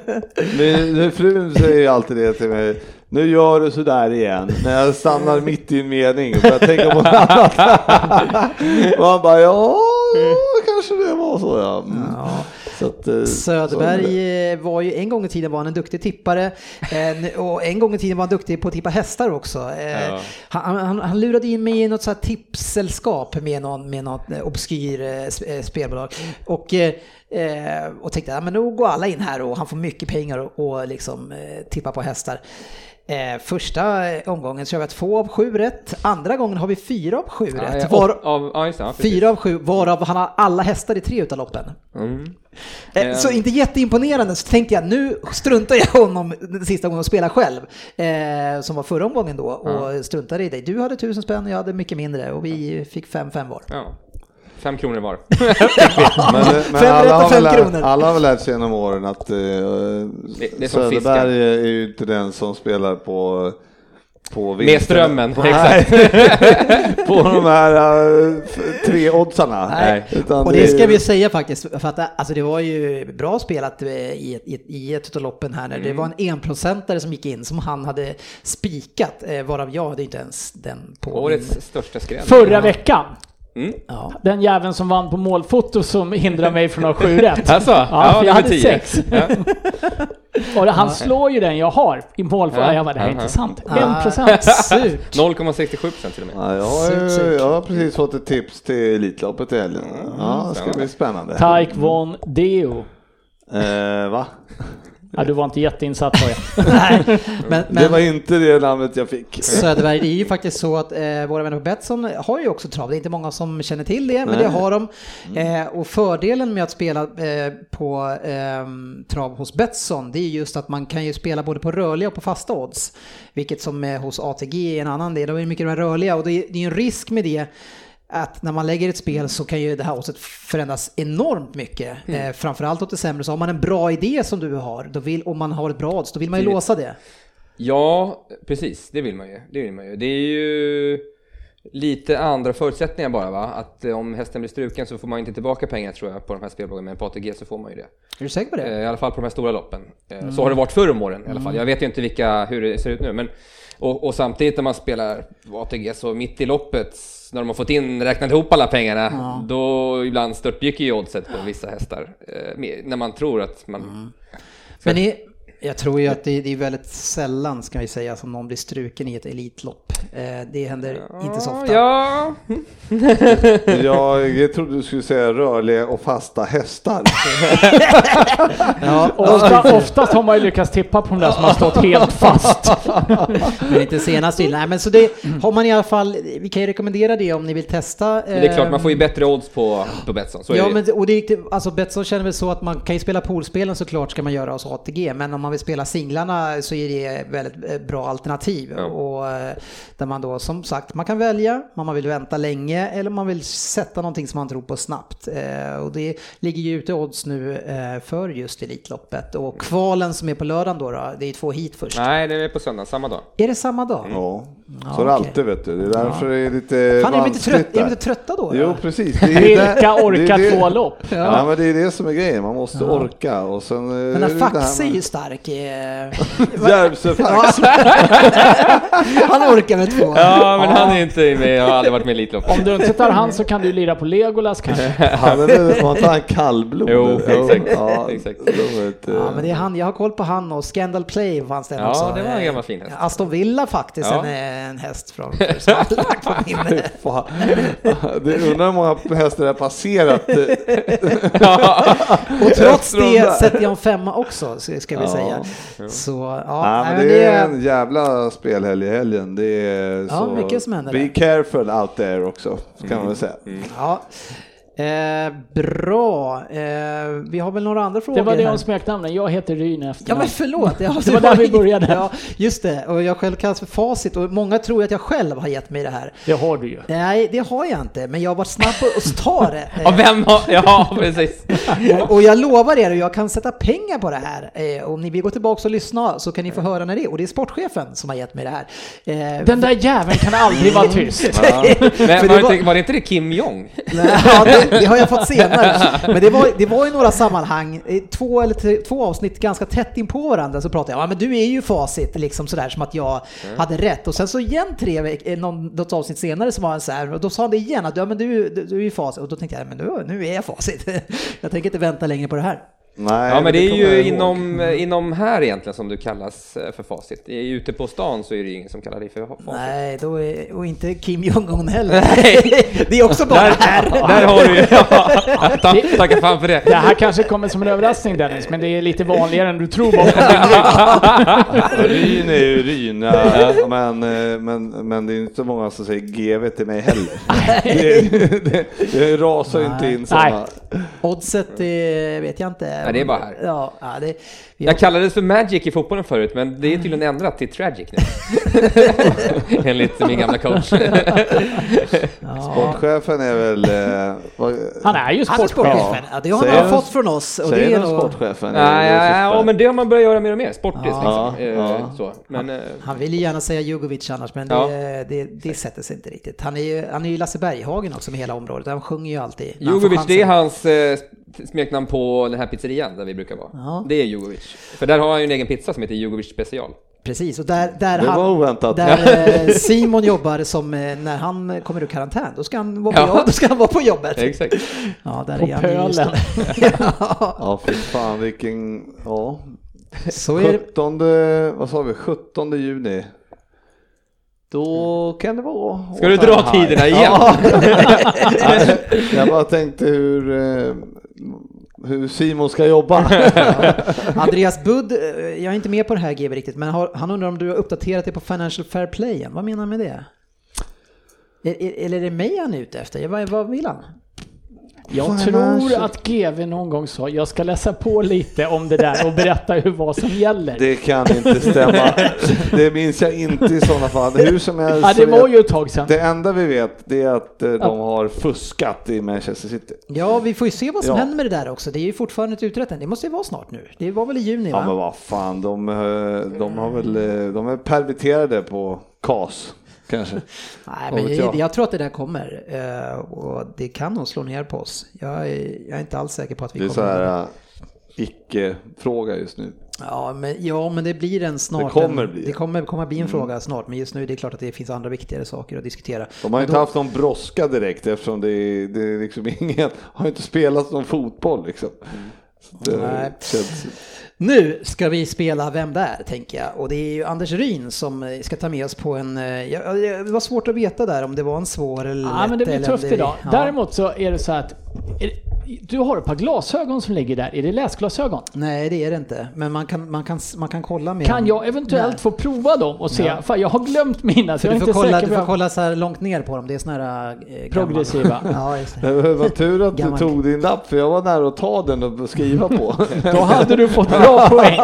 Nu, frun säger alltid det till mig. Nu gör du så där igen. När jag stannar mitt i en mening och jag tänker på något annat. Och han bara, ja, ja, kanske det var så, ja. Mm. Ja. Så att, Söderberg var ju en gång i tiden var han en duktig tippare och en gång i tiden var han duktig på att tippa hästar också. Ja. Han, han, han lurade in mig i något så här tipssällskap med någon med något obskyr spelbolag och och tänkte, ja, men nu går alla in här och han får mycket pengar och, och liksom tippa på hästar. Eh, första omgången så har vi två av sju rätt. Andra gången har vi fyra av sju ja, rätt. Var, av, ja, just det, fyra av sju, varav han har alla hästar i tre utav loppen. Mm. Eh, så inte jätteimponerande, så tänkte jag nu struntar jag honom den sista gången och spela själv. Eh, som var förra omgången då och ja. struntade i dig. Du hade tusen spänn och jag hade mycket mindre och vi fick fem fem var. Ja. Fem kronor var. men men fem alla, har fem lärt, alla har väl lärt sig genom åren att uh, det, det är Söderberg är ju inte den som spelar på på med strömmen. Exakt. På de här uh, tre oddsarna. Nej. Utan och det, det ska vi säga faktiskt för att alltså det var ju bra spelat i ett, i, i ett av loppen här när mm. det var en enprocentare som gick in som han hade spikat varav jag hade inte ens den på årets min... största skräll. Förra veckan. Mm. Ja. Den jäveln som vann på målfoto som hindrar mig från att ha sju rätt. Alltså, ja, ja, jag hade tio. Sex. Ja. Och han slår ju den jag har i målfoto. Ja. Jag var det här är inte sant. En procent. noll komma sextiosju procent till och med. Ja, jag, har, jag har precis fått ett tips till Elitloppet i helgen. Ja, det ska bli spännande. Taekwondo Deo. Eh, va? Ja, du var inte jätteinsatt på det. Nej, men, men det var inte det namnet jag fick. Söderberg, det är ju faktiskt så att eh, våra vänner på Betsson har ju också trav. Det är inte många som känner till det, men Nej. det har de. Eh, och fördelen med att spela eh, på eh, trav hos Betsson, det är just att man kan ju spela både på rörliga och på fasta odds. Vilket som eh, hos A T G är en annan del. Då är det mycket mer rörliga och det är, det är ju en risk med det. Att när man lägger ett spel så kan ju det här oddset förändras enormt mycket. Mm. Eh, framförallt åt det sämre. Så har man en bra idé som du har, då vill, om man har ett bra odds, då vill man ju det, låsa det. Ja, precis. Det vill man ju. Det vill man ju. Det är ju lite andra förutsättningar bara, va? Att eh, om hästen blir struken så får man inte tillbaka pengar, tror jag, på de här spelbolagen. Men på A T G så får man ju det. Är du säker på det? Eh, I alla fall på de här stora loppen. Eh, mm. Så har det varit förr om åren i alla fall. Jag vet ju inte vilka, hur det ser ut nu. Men, och, och samtidigt när man spelar på A T G så mitt i loppet, när de har fått in, räknat ihop alla pengarna, ja. då ibland störtdyker ju oddset på vissa hästar. Eh, med, när man tror att man... Mm. Men det, jag tror ju att det, det är väldigt sällan, ska vi säga, som någon blir struken i ett elitlopp. Det händer inte så ofta. Ja. Jag trodde du skulle säga rörliga och fasta hästar. Ja, ofta, oftast har man ju lyckats tippa på de där som har stått helt fast. Men inte senast till. Nej, men så det har man i alla fall, vi kan ju rekommendera det om ni vill testa. Men det är klart, man får ju bättre odds på, på Betsson. Så ja, är det. men och det är, alltså Betsson känner väl så att man kan ju spela poolspelen, såklart ska man göra hos A T G, men om man vill spela singlarna så är det väldigt bra alternativ. Ja. Och där man då, som sagt, man kan välja om man vill vänta länge eller om man vill sätta någonting som man tror på snabbt. Och det ligger ju ute odds nu för just Elitloppet. Och kvalen som är på lördagen då, då det är två hit först. Nej, det är på söndag, samma dag. Är det samma dag? Ja, så är det alltid, vet du. Det är därför ja. det är lite Fan, är de inte trött, är de inte trötta då? Jo, då? precis. Det är Vilka orkar det, två lopp? Ja. ja, men det är det som är grejen. Man måste ja. orka. Och sen, men den Fax är ju stark. Järvsö Fax. Han orkar med två. Ja, men han är inte med. Jag har aldrig varit med i Elitlopp. Om du inte tar han så kan du lira på Legolas kanske. Han är väl, man tar en kallblod. Jo, exakt. Ja, exakt. Ja, men det är han. Jag har koll på han och Scandal Play fanns det ja, också. Ja, det var en gammal fin häst. Aston Villa faktiskt, ja. en, en häst från lagt på min. Det undrar hur många hästar har passerat. Och trots det sätter jag en femma också, ska vi ja. säga. Så, ja, ja, men det, det är en jävla spelhelg i helgen. Det är ja, så mycket som händer be där. Careful out there också, kan mm. man väl säga. Mm. Ja. Eh, bra. Eh, vi har väl några andra frågor. Det var det om smeknamnen. Jag heter Ryn efter. Ja, men förlåt. Jag det var där vi började. Ja, just det. Och jag själv kallas för Facit. Och många tror att jag själv har gett mig det här. Det har du ju. Nej, det har jag inte. Men jag har varit snabb på att ta det. Och vem har... Ja, precis. och, och jag lovar er, jag kan sätta pengar på det här. Eh, om ni vill gå tillbaka och lyssna så kan ni få höra när det är. Och det är sportchefen som har gett mig det här. Eh, Den där jäveln kan aldrig vara tyst. Ja. Men var, det var... Inte, var det inte det Kim Jong? Nej, ja, det, det har jag fått senare. Men det var, det var i några sammanhang, två eller tre, två avsnitt ganska tätt in på varandra, så pratade jag, ja men du är ju Facit, liksom sådär, som att jag mm. hade rätt. Och sen så igen tre veckor, någon, något avsnitt senare som var en så här, och då sa han det igen, att ja men du, du, du är ju Facit. Och då tänkte jag, men nu, nu är jag Facit. Jag tänker inte vänta längre på det här. Nej, ja, men det, det är ju inom, inom här egentligen som du kallas för Facit. Det är ute på stan så är det ju ingen som kallar dig för Facit. Nej, då är, och inte Kim Jong-un heller. Det är också bara där, här. Där har du ju. Ja, tack, tack fan för det. Det här kanske kommer som en överraskning, Dennis, men det är lite vanligare än du tror. Ryn är ju Ryn, ja, men, men, men det är inte så många som säger G V till mig heller. Det, det, det rasar ju inte in sådana. Oddset det vet jag inte. Nej, det är bara här. Ja, ja, det, jag har... kallades för Magic i fotbollen förut, men det är tydligen ändrat till Tragic nu. Enligt min gamla coach. Ja. Sportchefen är väl... Eh, vad... Han är ju sportchefen. Ja. Ja, det har han fått från oss. Och det är nog... sportchefen. Ja, ja, ja, men det har man börjat göra mer och mer. Sportis, ja, liksom. ja. Eh, så. Men, han, han vill ju gärna säga Djokovic annars, men det, ja. det, det, det sätter sig inte riktigt. Han är ju, han är ju Lasse Berghagen också med hela området. Han sjunger ju alltid. Djokovic, det är hans eh, smeknamn på den här pizzerian där vi brukar vara. Ja. Det är Djokovic. För där har han ju en egen pizza som heter Djokovic special. Precis, och där, där, det han, där eh, Simon jobbar som eh, när han kommer ur karantän, då ska han vara på, ja. jobb, då ska han vara på jobbet. Exakt. Ja, där på är pölen. ja, ja för fan vilken... Ja. Så är sjuttonde, vad sa vi? sjuttonde juni. Då kan det vara... Ska du dra tiderna igen? Ja. Jag bara tänkte hur... hur Simon ska jobba. Ja. Andreas Budd, jag är inte med på det här G V riktigt, men har, han undrar om du har uppdaterat dig på Financial Fair Play. Vad menar han med det? Eller är det mig han är ute efter? Vad, vad vill han? Jag tror att G V någon gång sa jag ska läsa på lite om det där och berätta hur vad som gäller. Det kan inte stämma. Det minns jag inte i sådana fall. Hur som helst, ja, det var ju ett tag sedan. Det enda vi vet det är att de att... har fuskat i Manchester City. Ja, vi får ju se vad som ja. händer med det där också. Det är ju fortfarande ett uträtten. Det måste ju vara snart nu. Det var väl i juni, va? Ja, men vad fan. De, de har väl de är permitterade på K A S. Kanske. Nej, men jag, jag tror att det där kommer uh, och det kan nog slå ner på oss. Jag är, jag är inte alls säker på att vi det kommer. Det är så här uh, icke-fråga just nu. Ja men, ja, men det blir en snart. Det kommer en, bli. Det kommer, kommer bli en mm. fråga snart, men just nu det är klart att det finns andra viktigare saker att diskutera. De har men inte då... haft någon brådska direkt eftersom det är, det är liksom ingen, har inte spelat någon fotboll liksom. Mm. Det Nej. känns... Nu ska vi spela Vem där, tänker jag. Och det är ju Anders Ryn som ska ta med oss på en... Ja, det var svårt att veta där om det var en svår eller Ja, lätt, men det blir eller tufft det, idag. ja. Däremot så är det så att är det, du har ett par glasögon som ligger där. Är det läsglasögon? Nej, det är det inte. Men man kan, man kan, man kan kolla med... Kan jag eventuellt Nej. få prova dem och se? Ja. Fan, jag har glömt mina, så För jag är du inte får kolla, säker du på... får kolla så här långt ner på dem. Det är såna här eh, Progressiva. Ja, just det. Det var tur att du Gammal. tog din lapp, för jag var nära att ta den och skriva på. Då hade du fått bra poäng.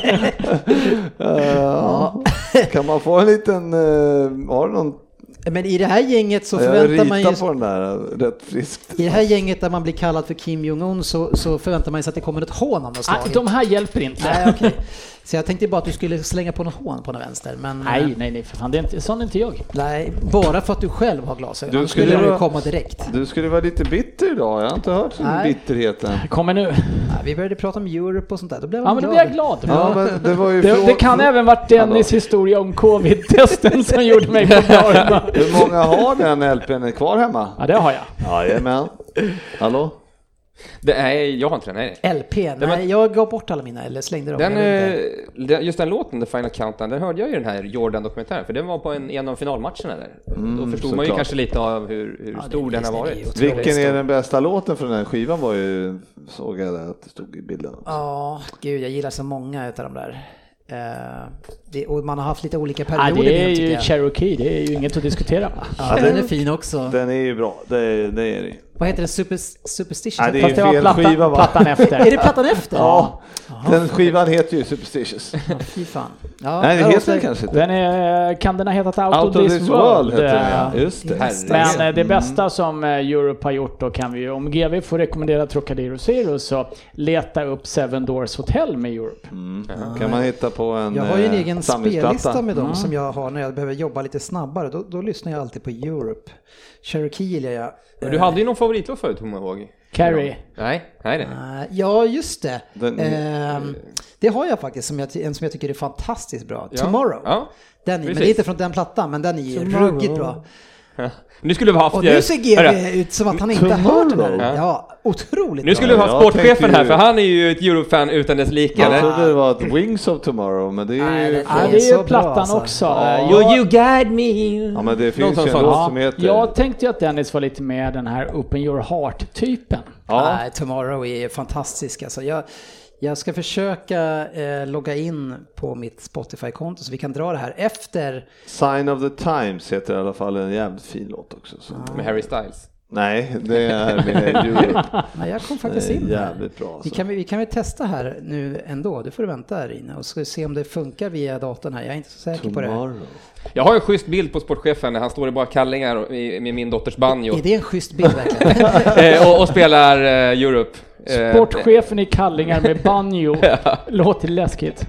uh, kan man få en liten... Uh, har du någon... Men i det här gänget så Jag förväntar man ju... på den där rätt friskt. I det här gänget där man blir kallad för Kim Jong-Un så, så förväntar man sig att det kommer ett hån av något slag. Nej, de här hjälper inte. Nej, okej. Så jag tänkte bara att du skulle slänga på något hån på den vänster. Men, Nej, nej, nej, för fan, det är inte, sån är inte jag. Nej, bara för att du själv har glasögon. Du Annars skulle skulle du vara- komma direkt. Du skulle vara lite bitter idag, jag har inte hört den Nej. bitterheten. Kommer nu. Nej, vi började prata om Europe och sånt där. Då blev Ja, man men då glad. blir jag glad. Ja, men det var ju Det, frå- det kan även varit Dennis historia om covid-testen som gjorde mig på glad. Hur många har den L P:n kvar hemma? Ja, det har jag. Jajamän. Hallå? Det är, jag har inte den, nej. L P, nej, men- jag gav bort alla mina eller slängde dem. Den, jag vet inte. eh, den- just den låten, The Final Countdown, den hörde jag i den här Jordan-dokumentären, för den var på en, en av finalmatcherna där. Då förstod man ju såklart. kanske lite av hur, hur Ja, det- stor den har det är varit. ju otroligt Vilken är stor. den bästa låten från den här skivan var ju, såg jag där att det stod i bilden också. Ja, gud, jag gillar så många utav de där. Eh, det, och man har haft lite olika Ja, perioder. det är med, tycker ju jag. Cherokee, det är ju inget att diskutera. Ja, den är fin också. Den är ju bra, det är det. Är det. Vad heter det? Super, Superstition? Nej, det är Fast det var fel plattan, skiva, va? plattan efter. Är det plattan efter? Ja, den skivan heter ju Superstitious. Ja, fy fan. Ja, Nej, det där heter också- den kanske inte. Den är, kan den ha hetat Out, Out of This World? heter den, Eh, ja. Just det. Herregud. Men eh, det bästa som eh, Europe har gjort, då kan vi ju, om G V får rekommendera Trocadero Zero, så leta upp Seven Doors Hotel med Europe. Mm. Kan man hitta på en Jag har ju en eh, egen samlingsplatta. spellista med dem som jag har när jag behöver jobba lite snabbare. Då, då lyssnar jag alltid på Europe. Cherokee gillar jag. Men du hade ju någon favoritlåt förut, kommer jag ihåg. Carrie. Nej, nej det. Eh, Ja, just det. Den- Ehm, det har jag faktiskt, som jag, en som jag tycker är fantastiskt bra. Ja. Tomorrow. Ja. Den är, men Precis. det är inte från den plattan, men den är ju Tomorrow. ruggigt bra. Ja. Nu skulle vi ha haft... Och nu ser G Hörru, V ut som att han inte har hört den här. Ja. Ja, otroligt Nu skulle vi bra. ha Ja, jag sportchefen tänkte här, ju- för han är ju ett Europe-fan utan dess like. Jag eller? trodde det var ett Wings of Tomorrow, men det är Nej, ju... det- Ja, är det är så ju bra, plattan alltså. också. Ja. Eh, Will jag- you guide me? Ja, men det finns ju en sån låt sak. som heter... Jag tänkte ju att Dennis var lite med den här Open Your Heart-typen. Ja. Nej, Tomorrow är fantastisk. Alltså, jag, jag ska försöka eh, logga in på mitt Spotify-konto så vi kan dra det här efter. Sign of the Times heter i alla fall en jävligt fin låt också. Så. Med Harry Styles. Nej, det är med Europe. Nej, jag kom Det faktiskt är in här. jävligt bra. Vi Alltså. kan, vi kan väl testa här nu ändå. Du får du vänta här inne och ska se om det funkar via datorn här. Jag är inte så säker på det här. Tomorrow. Jag har en schysst bild på sportchefen när han står i bara kallingar och- i- med min dotters banjo Är det en schysst bild verkligen? eh, och, och spelar eh, Europe. Eh, Sportchefen i kallingar med banjo. Låter läskigt.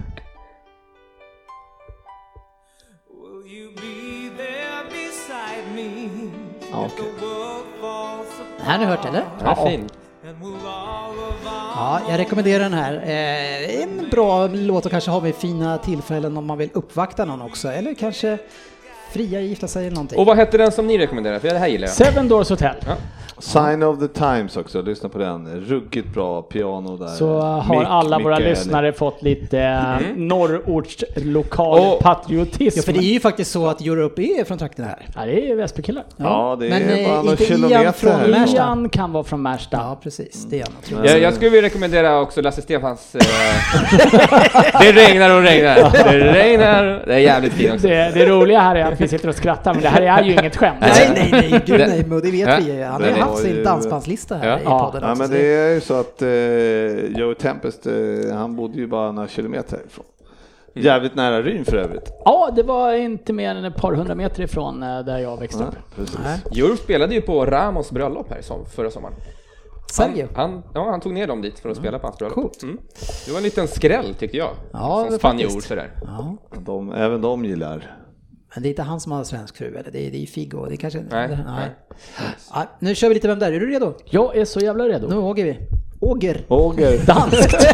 Will you be there beside me? Ja, If the world falls Det här har ni hört eller? Ja, fin. apart and will all of our Ja, jag rekommenderar den här. Eh, en bra låt att kanske ha vid fina tillfällen om man vill uppvakta någon också. Eller kanske fria, gifta sig eller någonting. Och vad hette den som ni rekommenderar? För det här gillar jag. Seven Doors Hotel. Sign of the Times också, lyssna på den. Ruggigt bra piano där. Så har Mick- alla våra Mikael. lyssnare fått lite mm. norrorts lokal Och- patriotism. Ja, för det är ju faktiskt så att Europe är från trakten här. Ja, det är Västerpillar. Ja, det Men, är eh, bara några inte Ian kilometer från här. Märsta. Ian kan vara från Märsta. Ja, precis. Det är han, tror jag. Jag, jag skulle vilja rekommendera också Lasse Stefans... Eh, det regnar och regnar. Det regnar. Det är jävligt fint också. Det, det roliga här är att vi sitter och skrattar, men det här är ju inget skämt. Nej, nej, nej, gud Det- nej, men det vet Ja. vi ju. Han har Det ju var haft sin ju- dansbandslista här Ja. i Ja. podden Ja, också. men så det är ju så att eh, Joe Tempest, eh, han bodde ju bara några kilometer härifrån. Jävligt nära Ryn för övrigt. Ja, det var inte mer än ett par hundra meter ifrån eh, där jag växte Ja, upp. precis. Nej. Europe spelade ju på Ramos bröllop här i som, förra sommaren. Sergio. Han, han, ja, han tog ner dem dit för att spela på hans bröllop. Coolt. Mm. Det var en liten skräll tyckte jag. Ja, som det spanjor faktiskt. sådär. Ja. De, även de gillar. Men det är inte han som har svensk fru, eller? Det är, det är Figo. Det är kanske... Nej. nej. Ja, nu kör vi lite Vem där? Är du redo? Jag är så jävla redo. Nu åker vi. Åger. Åger. Danskt.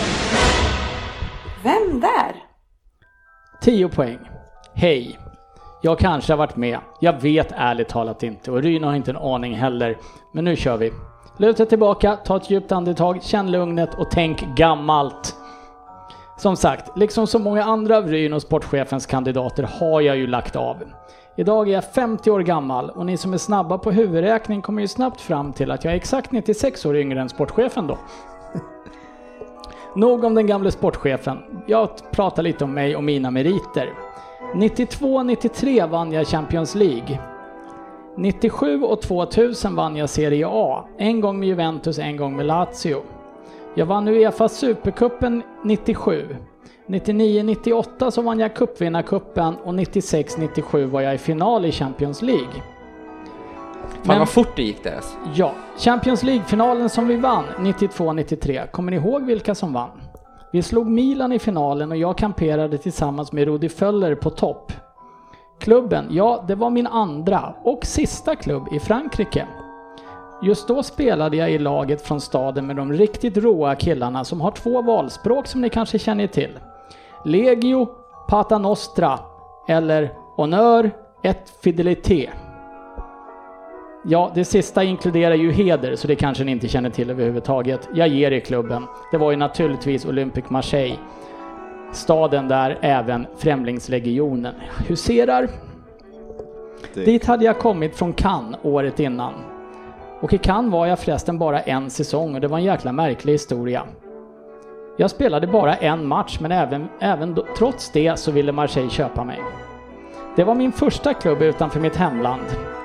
Vem där? tio poäng. Hej. Jag kanske har varit med. Jag vet ärligt talat inte. Och Ryn har inte en aning heller. Men nu kör vi. Luta tillbaka, ta ett djupt andetag, känn lugnet och tänk gammalt. Som sagt, liksom så många andra av Ryn och sportchefens kandidater har jag ju lagt av. Idag är jag femtio år gammal och ni som är snabba på huvudräkning kommer ju snabbt fram till att jag är exakt nittiosex år yngre än sportchefen då. Nog om den gamla sportchefen. Jag pratar lite om mig och mina meriter. nittiotvå nittiotre vann jag Champions League. nittiosju och tvåtusen vann jag Serie A. En gång med Juventus, en gång med Lazio. Jag vann UEFA Supercupen nittiosju. nittionio nittioåtta så vann jag cupvinnarcupen och nittiosex nittiosju var jag i final i Champions League. Fan Men, vad fort det gick där. Alltså. Ja, Champions League-finalen som vi vann nittiotvå nittiotre. Kommer ni ihåg vilka som vann? Vi slog Milan i finalen och jag kamperade tillsammans med Rudi Völler på topp. Klubben, ja det var min andra och sista klubb i Frankrike. Just då spelade jag i laget från staden med de riktigt råa killarna som har två valspråk som ni kanske känner till. Legio, Pata Nostra eller Honor et Fidelité. Ja, det sista inkluderar ju heder så det kanske ni inte känner till överhuvudtaget. Jag ger er klubben. Det var ju naturligtvis Olympique Marseille. Staden där även Främlingslegionen huserar. Det. Dit hade jag kommit från Cannes året innan. Och i Cannes var jag förresten bara en säsong och det var en jäkla märklig historia. Jag spelade bara en match men även, även då, trots det så ville Marseille köpa mig. Det var min första klubb utanför mitt hemland.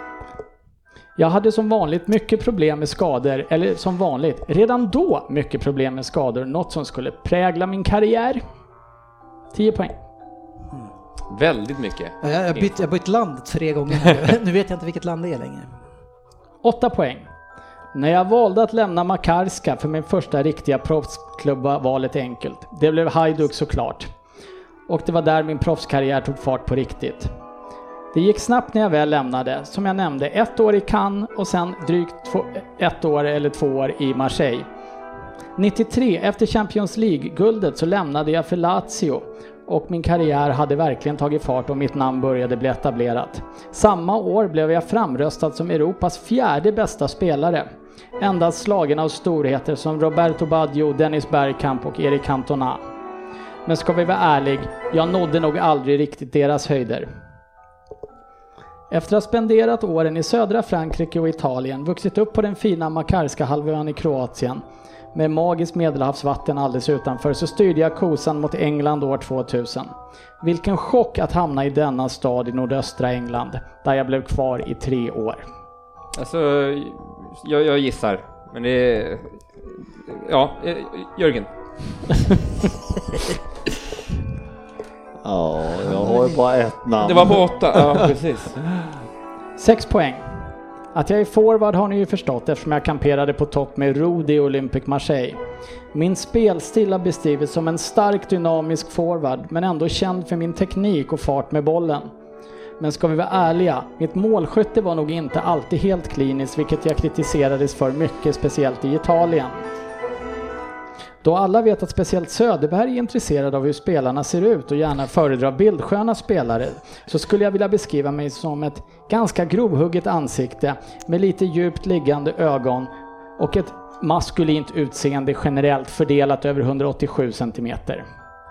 Jag hade som vanligt mycket problem med skador, eller som vanligt, redan då mycket problem med skador, något som skulle prägla min karriär. tio poäng. Mm. Väldigt mycket. Ja, jag har bytt, jag bytt land tre gånger nu. Nu vet jag inte vilket land det är längre. åtta poäng. När jag valde att lämna Makarska för min första riktiga proffsklubb var valet enkelt. Det blev Hajduk såklart. Och det var där min proffskarriär tog fart på riktigt. Det gick snabbt när jag väl lämnade. Som jag nämnde, ett år i Cannes och sen drygt två, ett år eller två år i Marseille. nittiotre, efter Champions League-guldet så lämnade jag för Lazio. Och min karriär hade verkligen tagit fart och mitt namn började bli etablerat. Samma år blev jag framröstad som Europas fjärde bästa spelare. Endast slagen av storheter som Roberto Baggio, Dennis Bergkamp och Eric Cantona. Men ska vi vara ärlig, jag nådde nog aldrig riktigt deras höjder. Efter att ha spenderat åren i södra Frankrike och Italien, vuxit upp på den fina Makarska halvön i Kroatien, med magiskt medelhavsvatten alldeles utanför, så styrde jag kosan mot England år tvåtusen. Vilken chock att hamna i denna stad i nordöstra England, där jag blev kvar i tre år. Alltså, jag, jag gissar, men det är... Ja, Jörgen. Ja, jag har ju bara ett namn. Det var på åtta, ja precis. Sex poäng. Att jag är forward har ni ju förstått eftersom jag kamperade på topp med Rudi Olympique Marseille. Min spelstil har beskrivits som en stark dynamisk forward men ändå känd för min teknik och fart med bollen. Men ska vi vara ärliga, mitt målskytte var nog inte alltid helt kliniskt, vilket jag kritiserades för mycket, speciellt i Italien. Då alla vet att speciellt Söderberg är intresserad av hur spelarna ser ut och gärna föredrar bildsköna spelare, så skulle jag vilja beskriva mig som ett ganska grovhugget ansikte med lite djupt liggande ögon och ett maskulint utseende generellt fördelat över hundraåttiosju centimeter.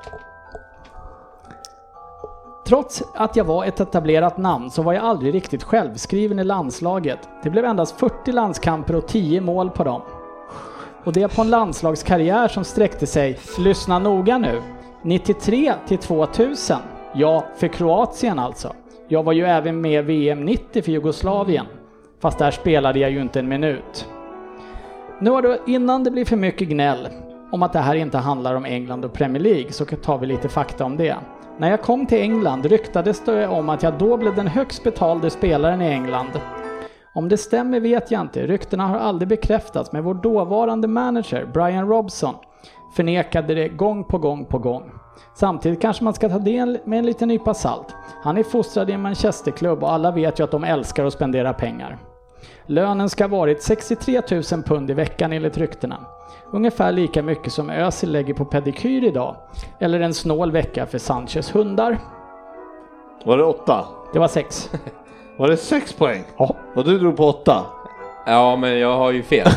Trots att jag var ett etablerat namn så var jag aldrig riktigt självskriven i landslaget. Det blev endast fyrtio landskamper och tio mål på dem. Och det på en landslagskarriär som sträckte sig, lyssna noga nu, nittiotre till tvåtusen. Ja, för Kroatien alltså. Jag var ju även med i V M nittio för Jugoslavien. Fast där spelade jag ju inte en minut. Nu har det, innan det blir för mycket gnäll om att det här inte handlar om England och Premier League, så tar vi lite fakta om det. När jag kom till England ryktades det om att jag då blev den högst betalde spelaren i England. Om det stämmer vet jag inte. Ryktena har aldrig bekräftats, men vår dåvarande manager Brian Robson förnekade det gång på gång på gång. Samtidigt kanske man ska ta det med en liten nypa salt. Han är fostrad i en Manchesterklubb och alla vet ju att de älskar att spendera pengar. Lönen ska ha varit sextiotre tusen pund i veckan enligt ryktena. Ungefär lika mycket som Özil lägger på pedikyr idag. Eller en snål vecka för Sanchez hundar. Var det åtta? Det var sex. Var det sex poäng? Ja. Och du drog på åtta? Ja, men jag har ju fel.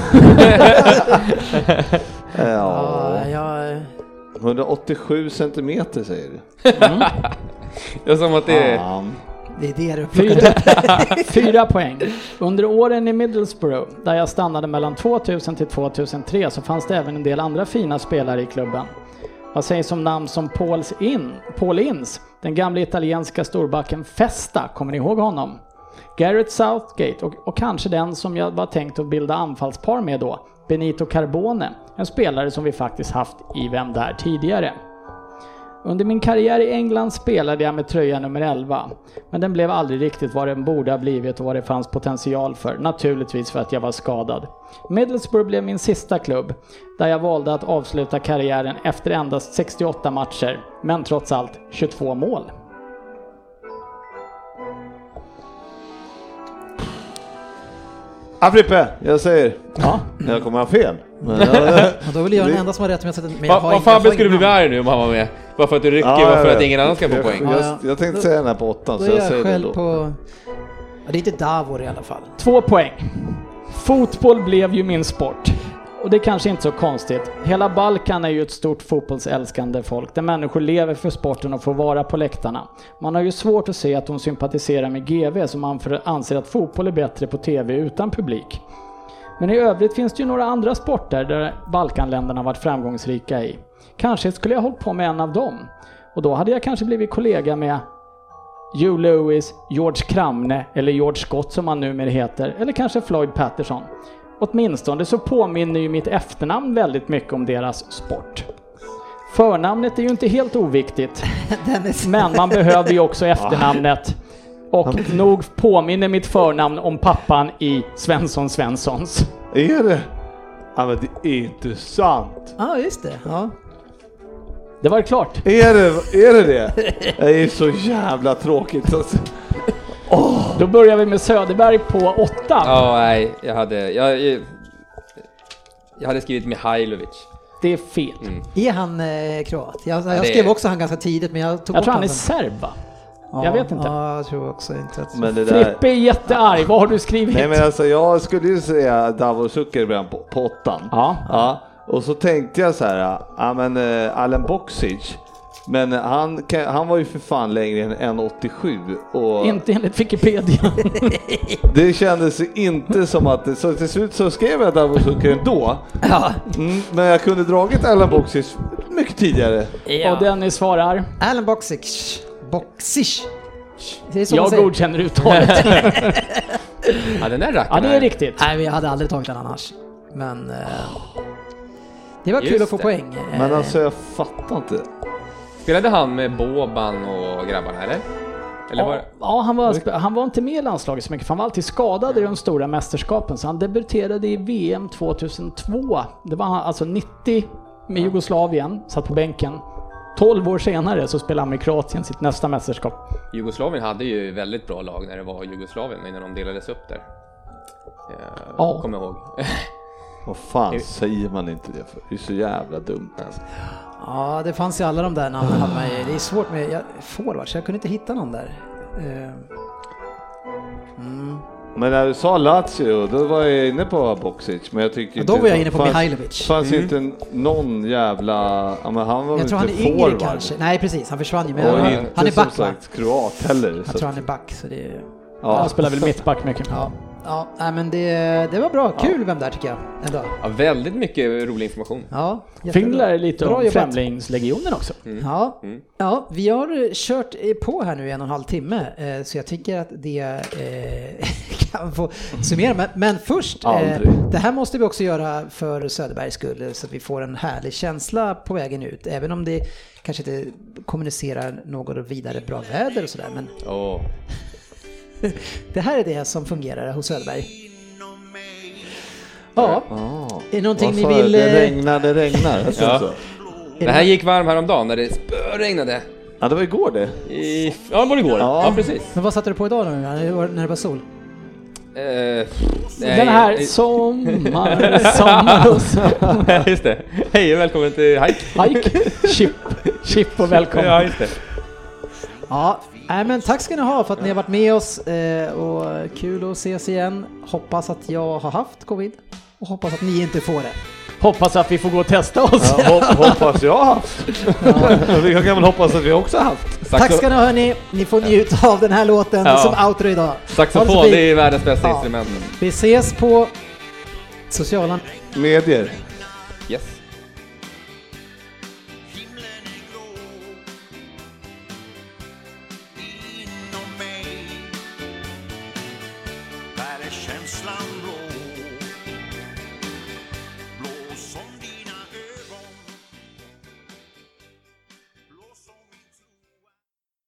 Ja. Ja, jag... hundraåttiosju centimeter säger du. Det är som att det är... Fan. Det är det du Fyra, fyra poäng. Under åren i Middlesbrough, där jag stannade mellan tvåtusen till tvåtusentre, så fanns det även en del andra fina spelare i klubben. Vad sägs om namn som Paul In, Paul Ince, den gamla italienska storbacken Festa, kommer ni ihåg honom? Gareth Southgate och, och kanske den som jag var tänkt att bilda anfallspar med då, Benito Carbone, en spelare som vi faktiskt haft i Vem där tidigare. Under min karriär i England spelade jag med tröja nummer elva, men den blev aldrig riktigt vad den borde ha blivit och vad det fanns potential för, naturligtvis för att jag var skadad. Middlesbrough blev min sista klubb, där jag valde att avsluta karriären efter endast sextioåtta matcher, men trots allt tjugotvå mål. Ah, Frippe, jag säger. Ja. Jag kommer ha fel. Men jag, Och då vill jag den enda som har rätt, men jag sätter men jag Vad har va, inga- Fabbe jag har skulle bli inga- arg nu om han var med? Bara för att du rycker, Ja, bara jag för att vet. ingen annan ska få poäng. jag, Ja, jag tänkte säga den här på åttan, Då så är jag jag säger det själv då. på... Ja, det är inte Davor i alla fall. Två poäng. Fotboll blev ju min sport. Och det är kanske inte så konstigt. Hela Balkan är ju ett stort fotbollsälskande folk, där människor lever för sporten och får vara på läktarna. Man har ju svårt att se att de sympatiserar med G V, som anser att fotboll är bättre på tv utan publik. Men i övrigt finns det ju några andra sporter där Balkanländerna varit framgångsrika i. Kanske skulle jag hållit på med en av dem. Och då hade jag kanske blivit kollega med Hugh Lewis, George Kramne eller George Scott som han numera heter. Eller kanske Floyd Patterson. Åtminstone så påminner ju mitt efternamn väldigt mycket om deras sport. Förnamnet är ju inte helt oviktigt. Men man behöver ju också efternamnet. Och nog påminner mitt förnamn om pappan i Svensson Svenssons. Är det? Ja, men det är inte sant. Ja, ah, just det. Ja. Det var klart. Är det är det? det? Det är så jävla tråkigt. Oh. Då börjar vi med Söderberg på åtta. Ja, nej, jag hade jag, jag, jag hade skrivit Mihailovic. Det är fel. Mm. Är han eh, kroat? Jag, jag det skrev är- också han ganska tidigt, men jag tog Jag tror bort han är sen. serb, va? Ja, jag vet inte. Ja, jag tror också inte att... Men det där... Frippe är jättearg. Vad har du skrivit? Nej, men alltså jag skulle ju säga Davor Zuckerberg på, på åttan. Ja. Ja. Och så tänkte jag så här, ja men uh, Alen Boksic, men han, kan, han var ju för fan längre än en komma åttiosju och Inte enligt Wikipedia. det kändes inte som att, så till slut så skrev jag Davor Zucker ändå. Ja. Mm, men jag kunde dragit Alen Boksic mycket tidigare. Och Dennis svarar. Alan Boxic. Boxic. Det är så man Jag säger. godkänner uttalet. Ja, den där rackaren. Ja, det är riktigt. Nej, men jag hade aldrig tagit den annars. Men... Eh, det var kul Just att få det. poäng. Men Eh, alltså jag fattar inte. Spelade han med Boban och grabbarna, eller? Eller var Ja, ja, han var, han var inte med i landslaget så mycket, för han var alltid skadad i de stora mästerskapen. Så han debuterade i V M tvåtusentvå. Det var alltså nittio med Jugoslavien, satt på bänken. tolv år senare så spelade han med Kroatien sitt nästa mästerskap. Jugoslavien hade ju väldigt bra lag när det var Jugoslavien, innan de delades upp där. Jag Ja. kommer ihåg. Vad fan säger man inte det för? Det är så jävla dumt alltså. Ja, det fanns ju alla de där namnen hade man ju. Det är svårt med jag, forwards, jag kunde inte hitta någon där. Eh, Mm. Men när du sa Lazio, då var jag inne på Boksic, men jag tycker Ja, inte... då var jag inne på fanns- Mihailovic. fanns Mm. inte någon jävla... Ja, men han var Jag väl tror han inte är yngre forward. kanske. Nej, precis. Han försvann ju. Men Och han, inte han är som back, va? sagt kroat heller. Jag så tror att- han är back, så det är... ja. Han spelar väl mittback mycket. Ja, ja nej, men det, det var bra. Kul vem där tycker jag. Ändå. Ja, väldigt mycket rolig information. Ja, jättebra. Fick lära lite Bra om jobbat. Främlingslegionen också. Ja, Mm. ja, vi har kört på här nu i en och en halv timme, eh, så jag tycker att det eh, kan få summera. Men, men först, eh, Aldrig. det här måste vi också göra för Söderbergs skull, så att vi får en härlig känsla på vägen ut. Även om det kanske inte kommunicerar något vidare bra väder och sådär. Men Åh. det här är det som fungerar hos Söderberg. Ja, Ah. är det någonting Vad ni sa jag? vill... Det eh, regnar, det regnar. Jag tror Ja. så. Det här gick varm häromdagen när det spöregnade. Ja, det var igår det. I... Ja, det var igår. Ja. Ja, precis. Men vad satte du på idag då, när det var, när det var sol? Eh, nej, Den här eh, sommar, sommar, just det. Hej och välkommen till Hike. Hike, chip, chip och välkommen. Ja, just det. Ja, Nej, men tack ska ni ha för att ni har varit med oss eh, och kul att ses igen. Hoppas att jag har haft covid och hoppas att ni inte får det. Hoppas att vi får gå och testa oss. Ja, hopp, hoppas jag har haft. Ja. Vi kan väl hoppas att vi också har haft. Tack ska ni ha, hörni. Ni får njuta av den här låten ja. som outro idag. Saxofon, det, det är världens bästa ja. instrument. Vi ses på sociala medier. Yes.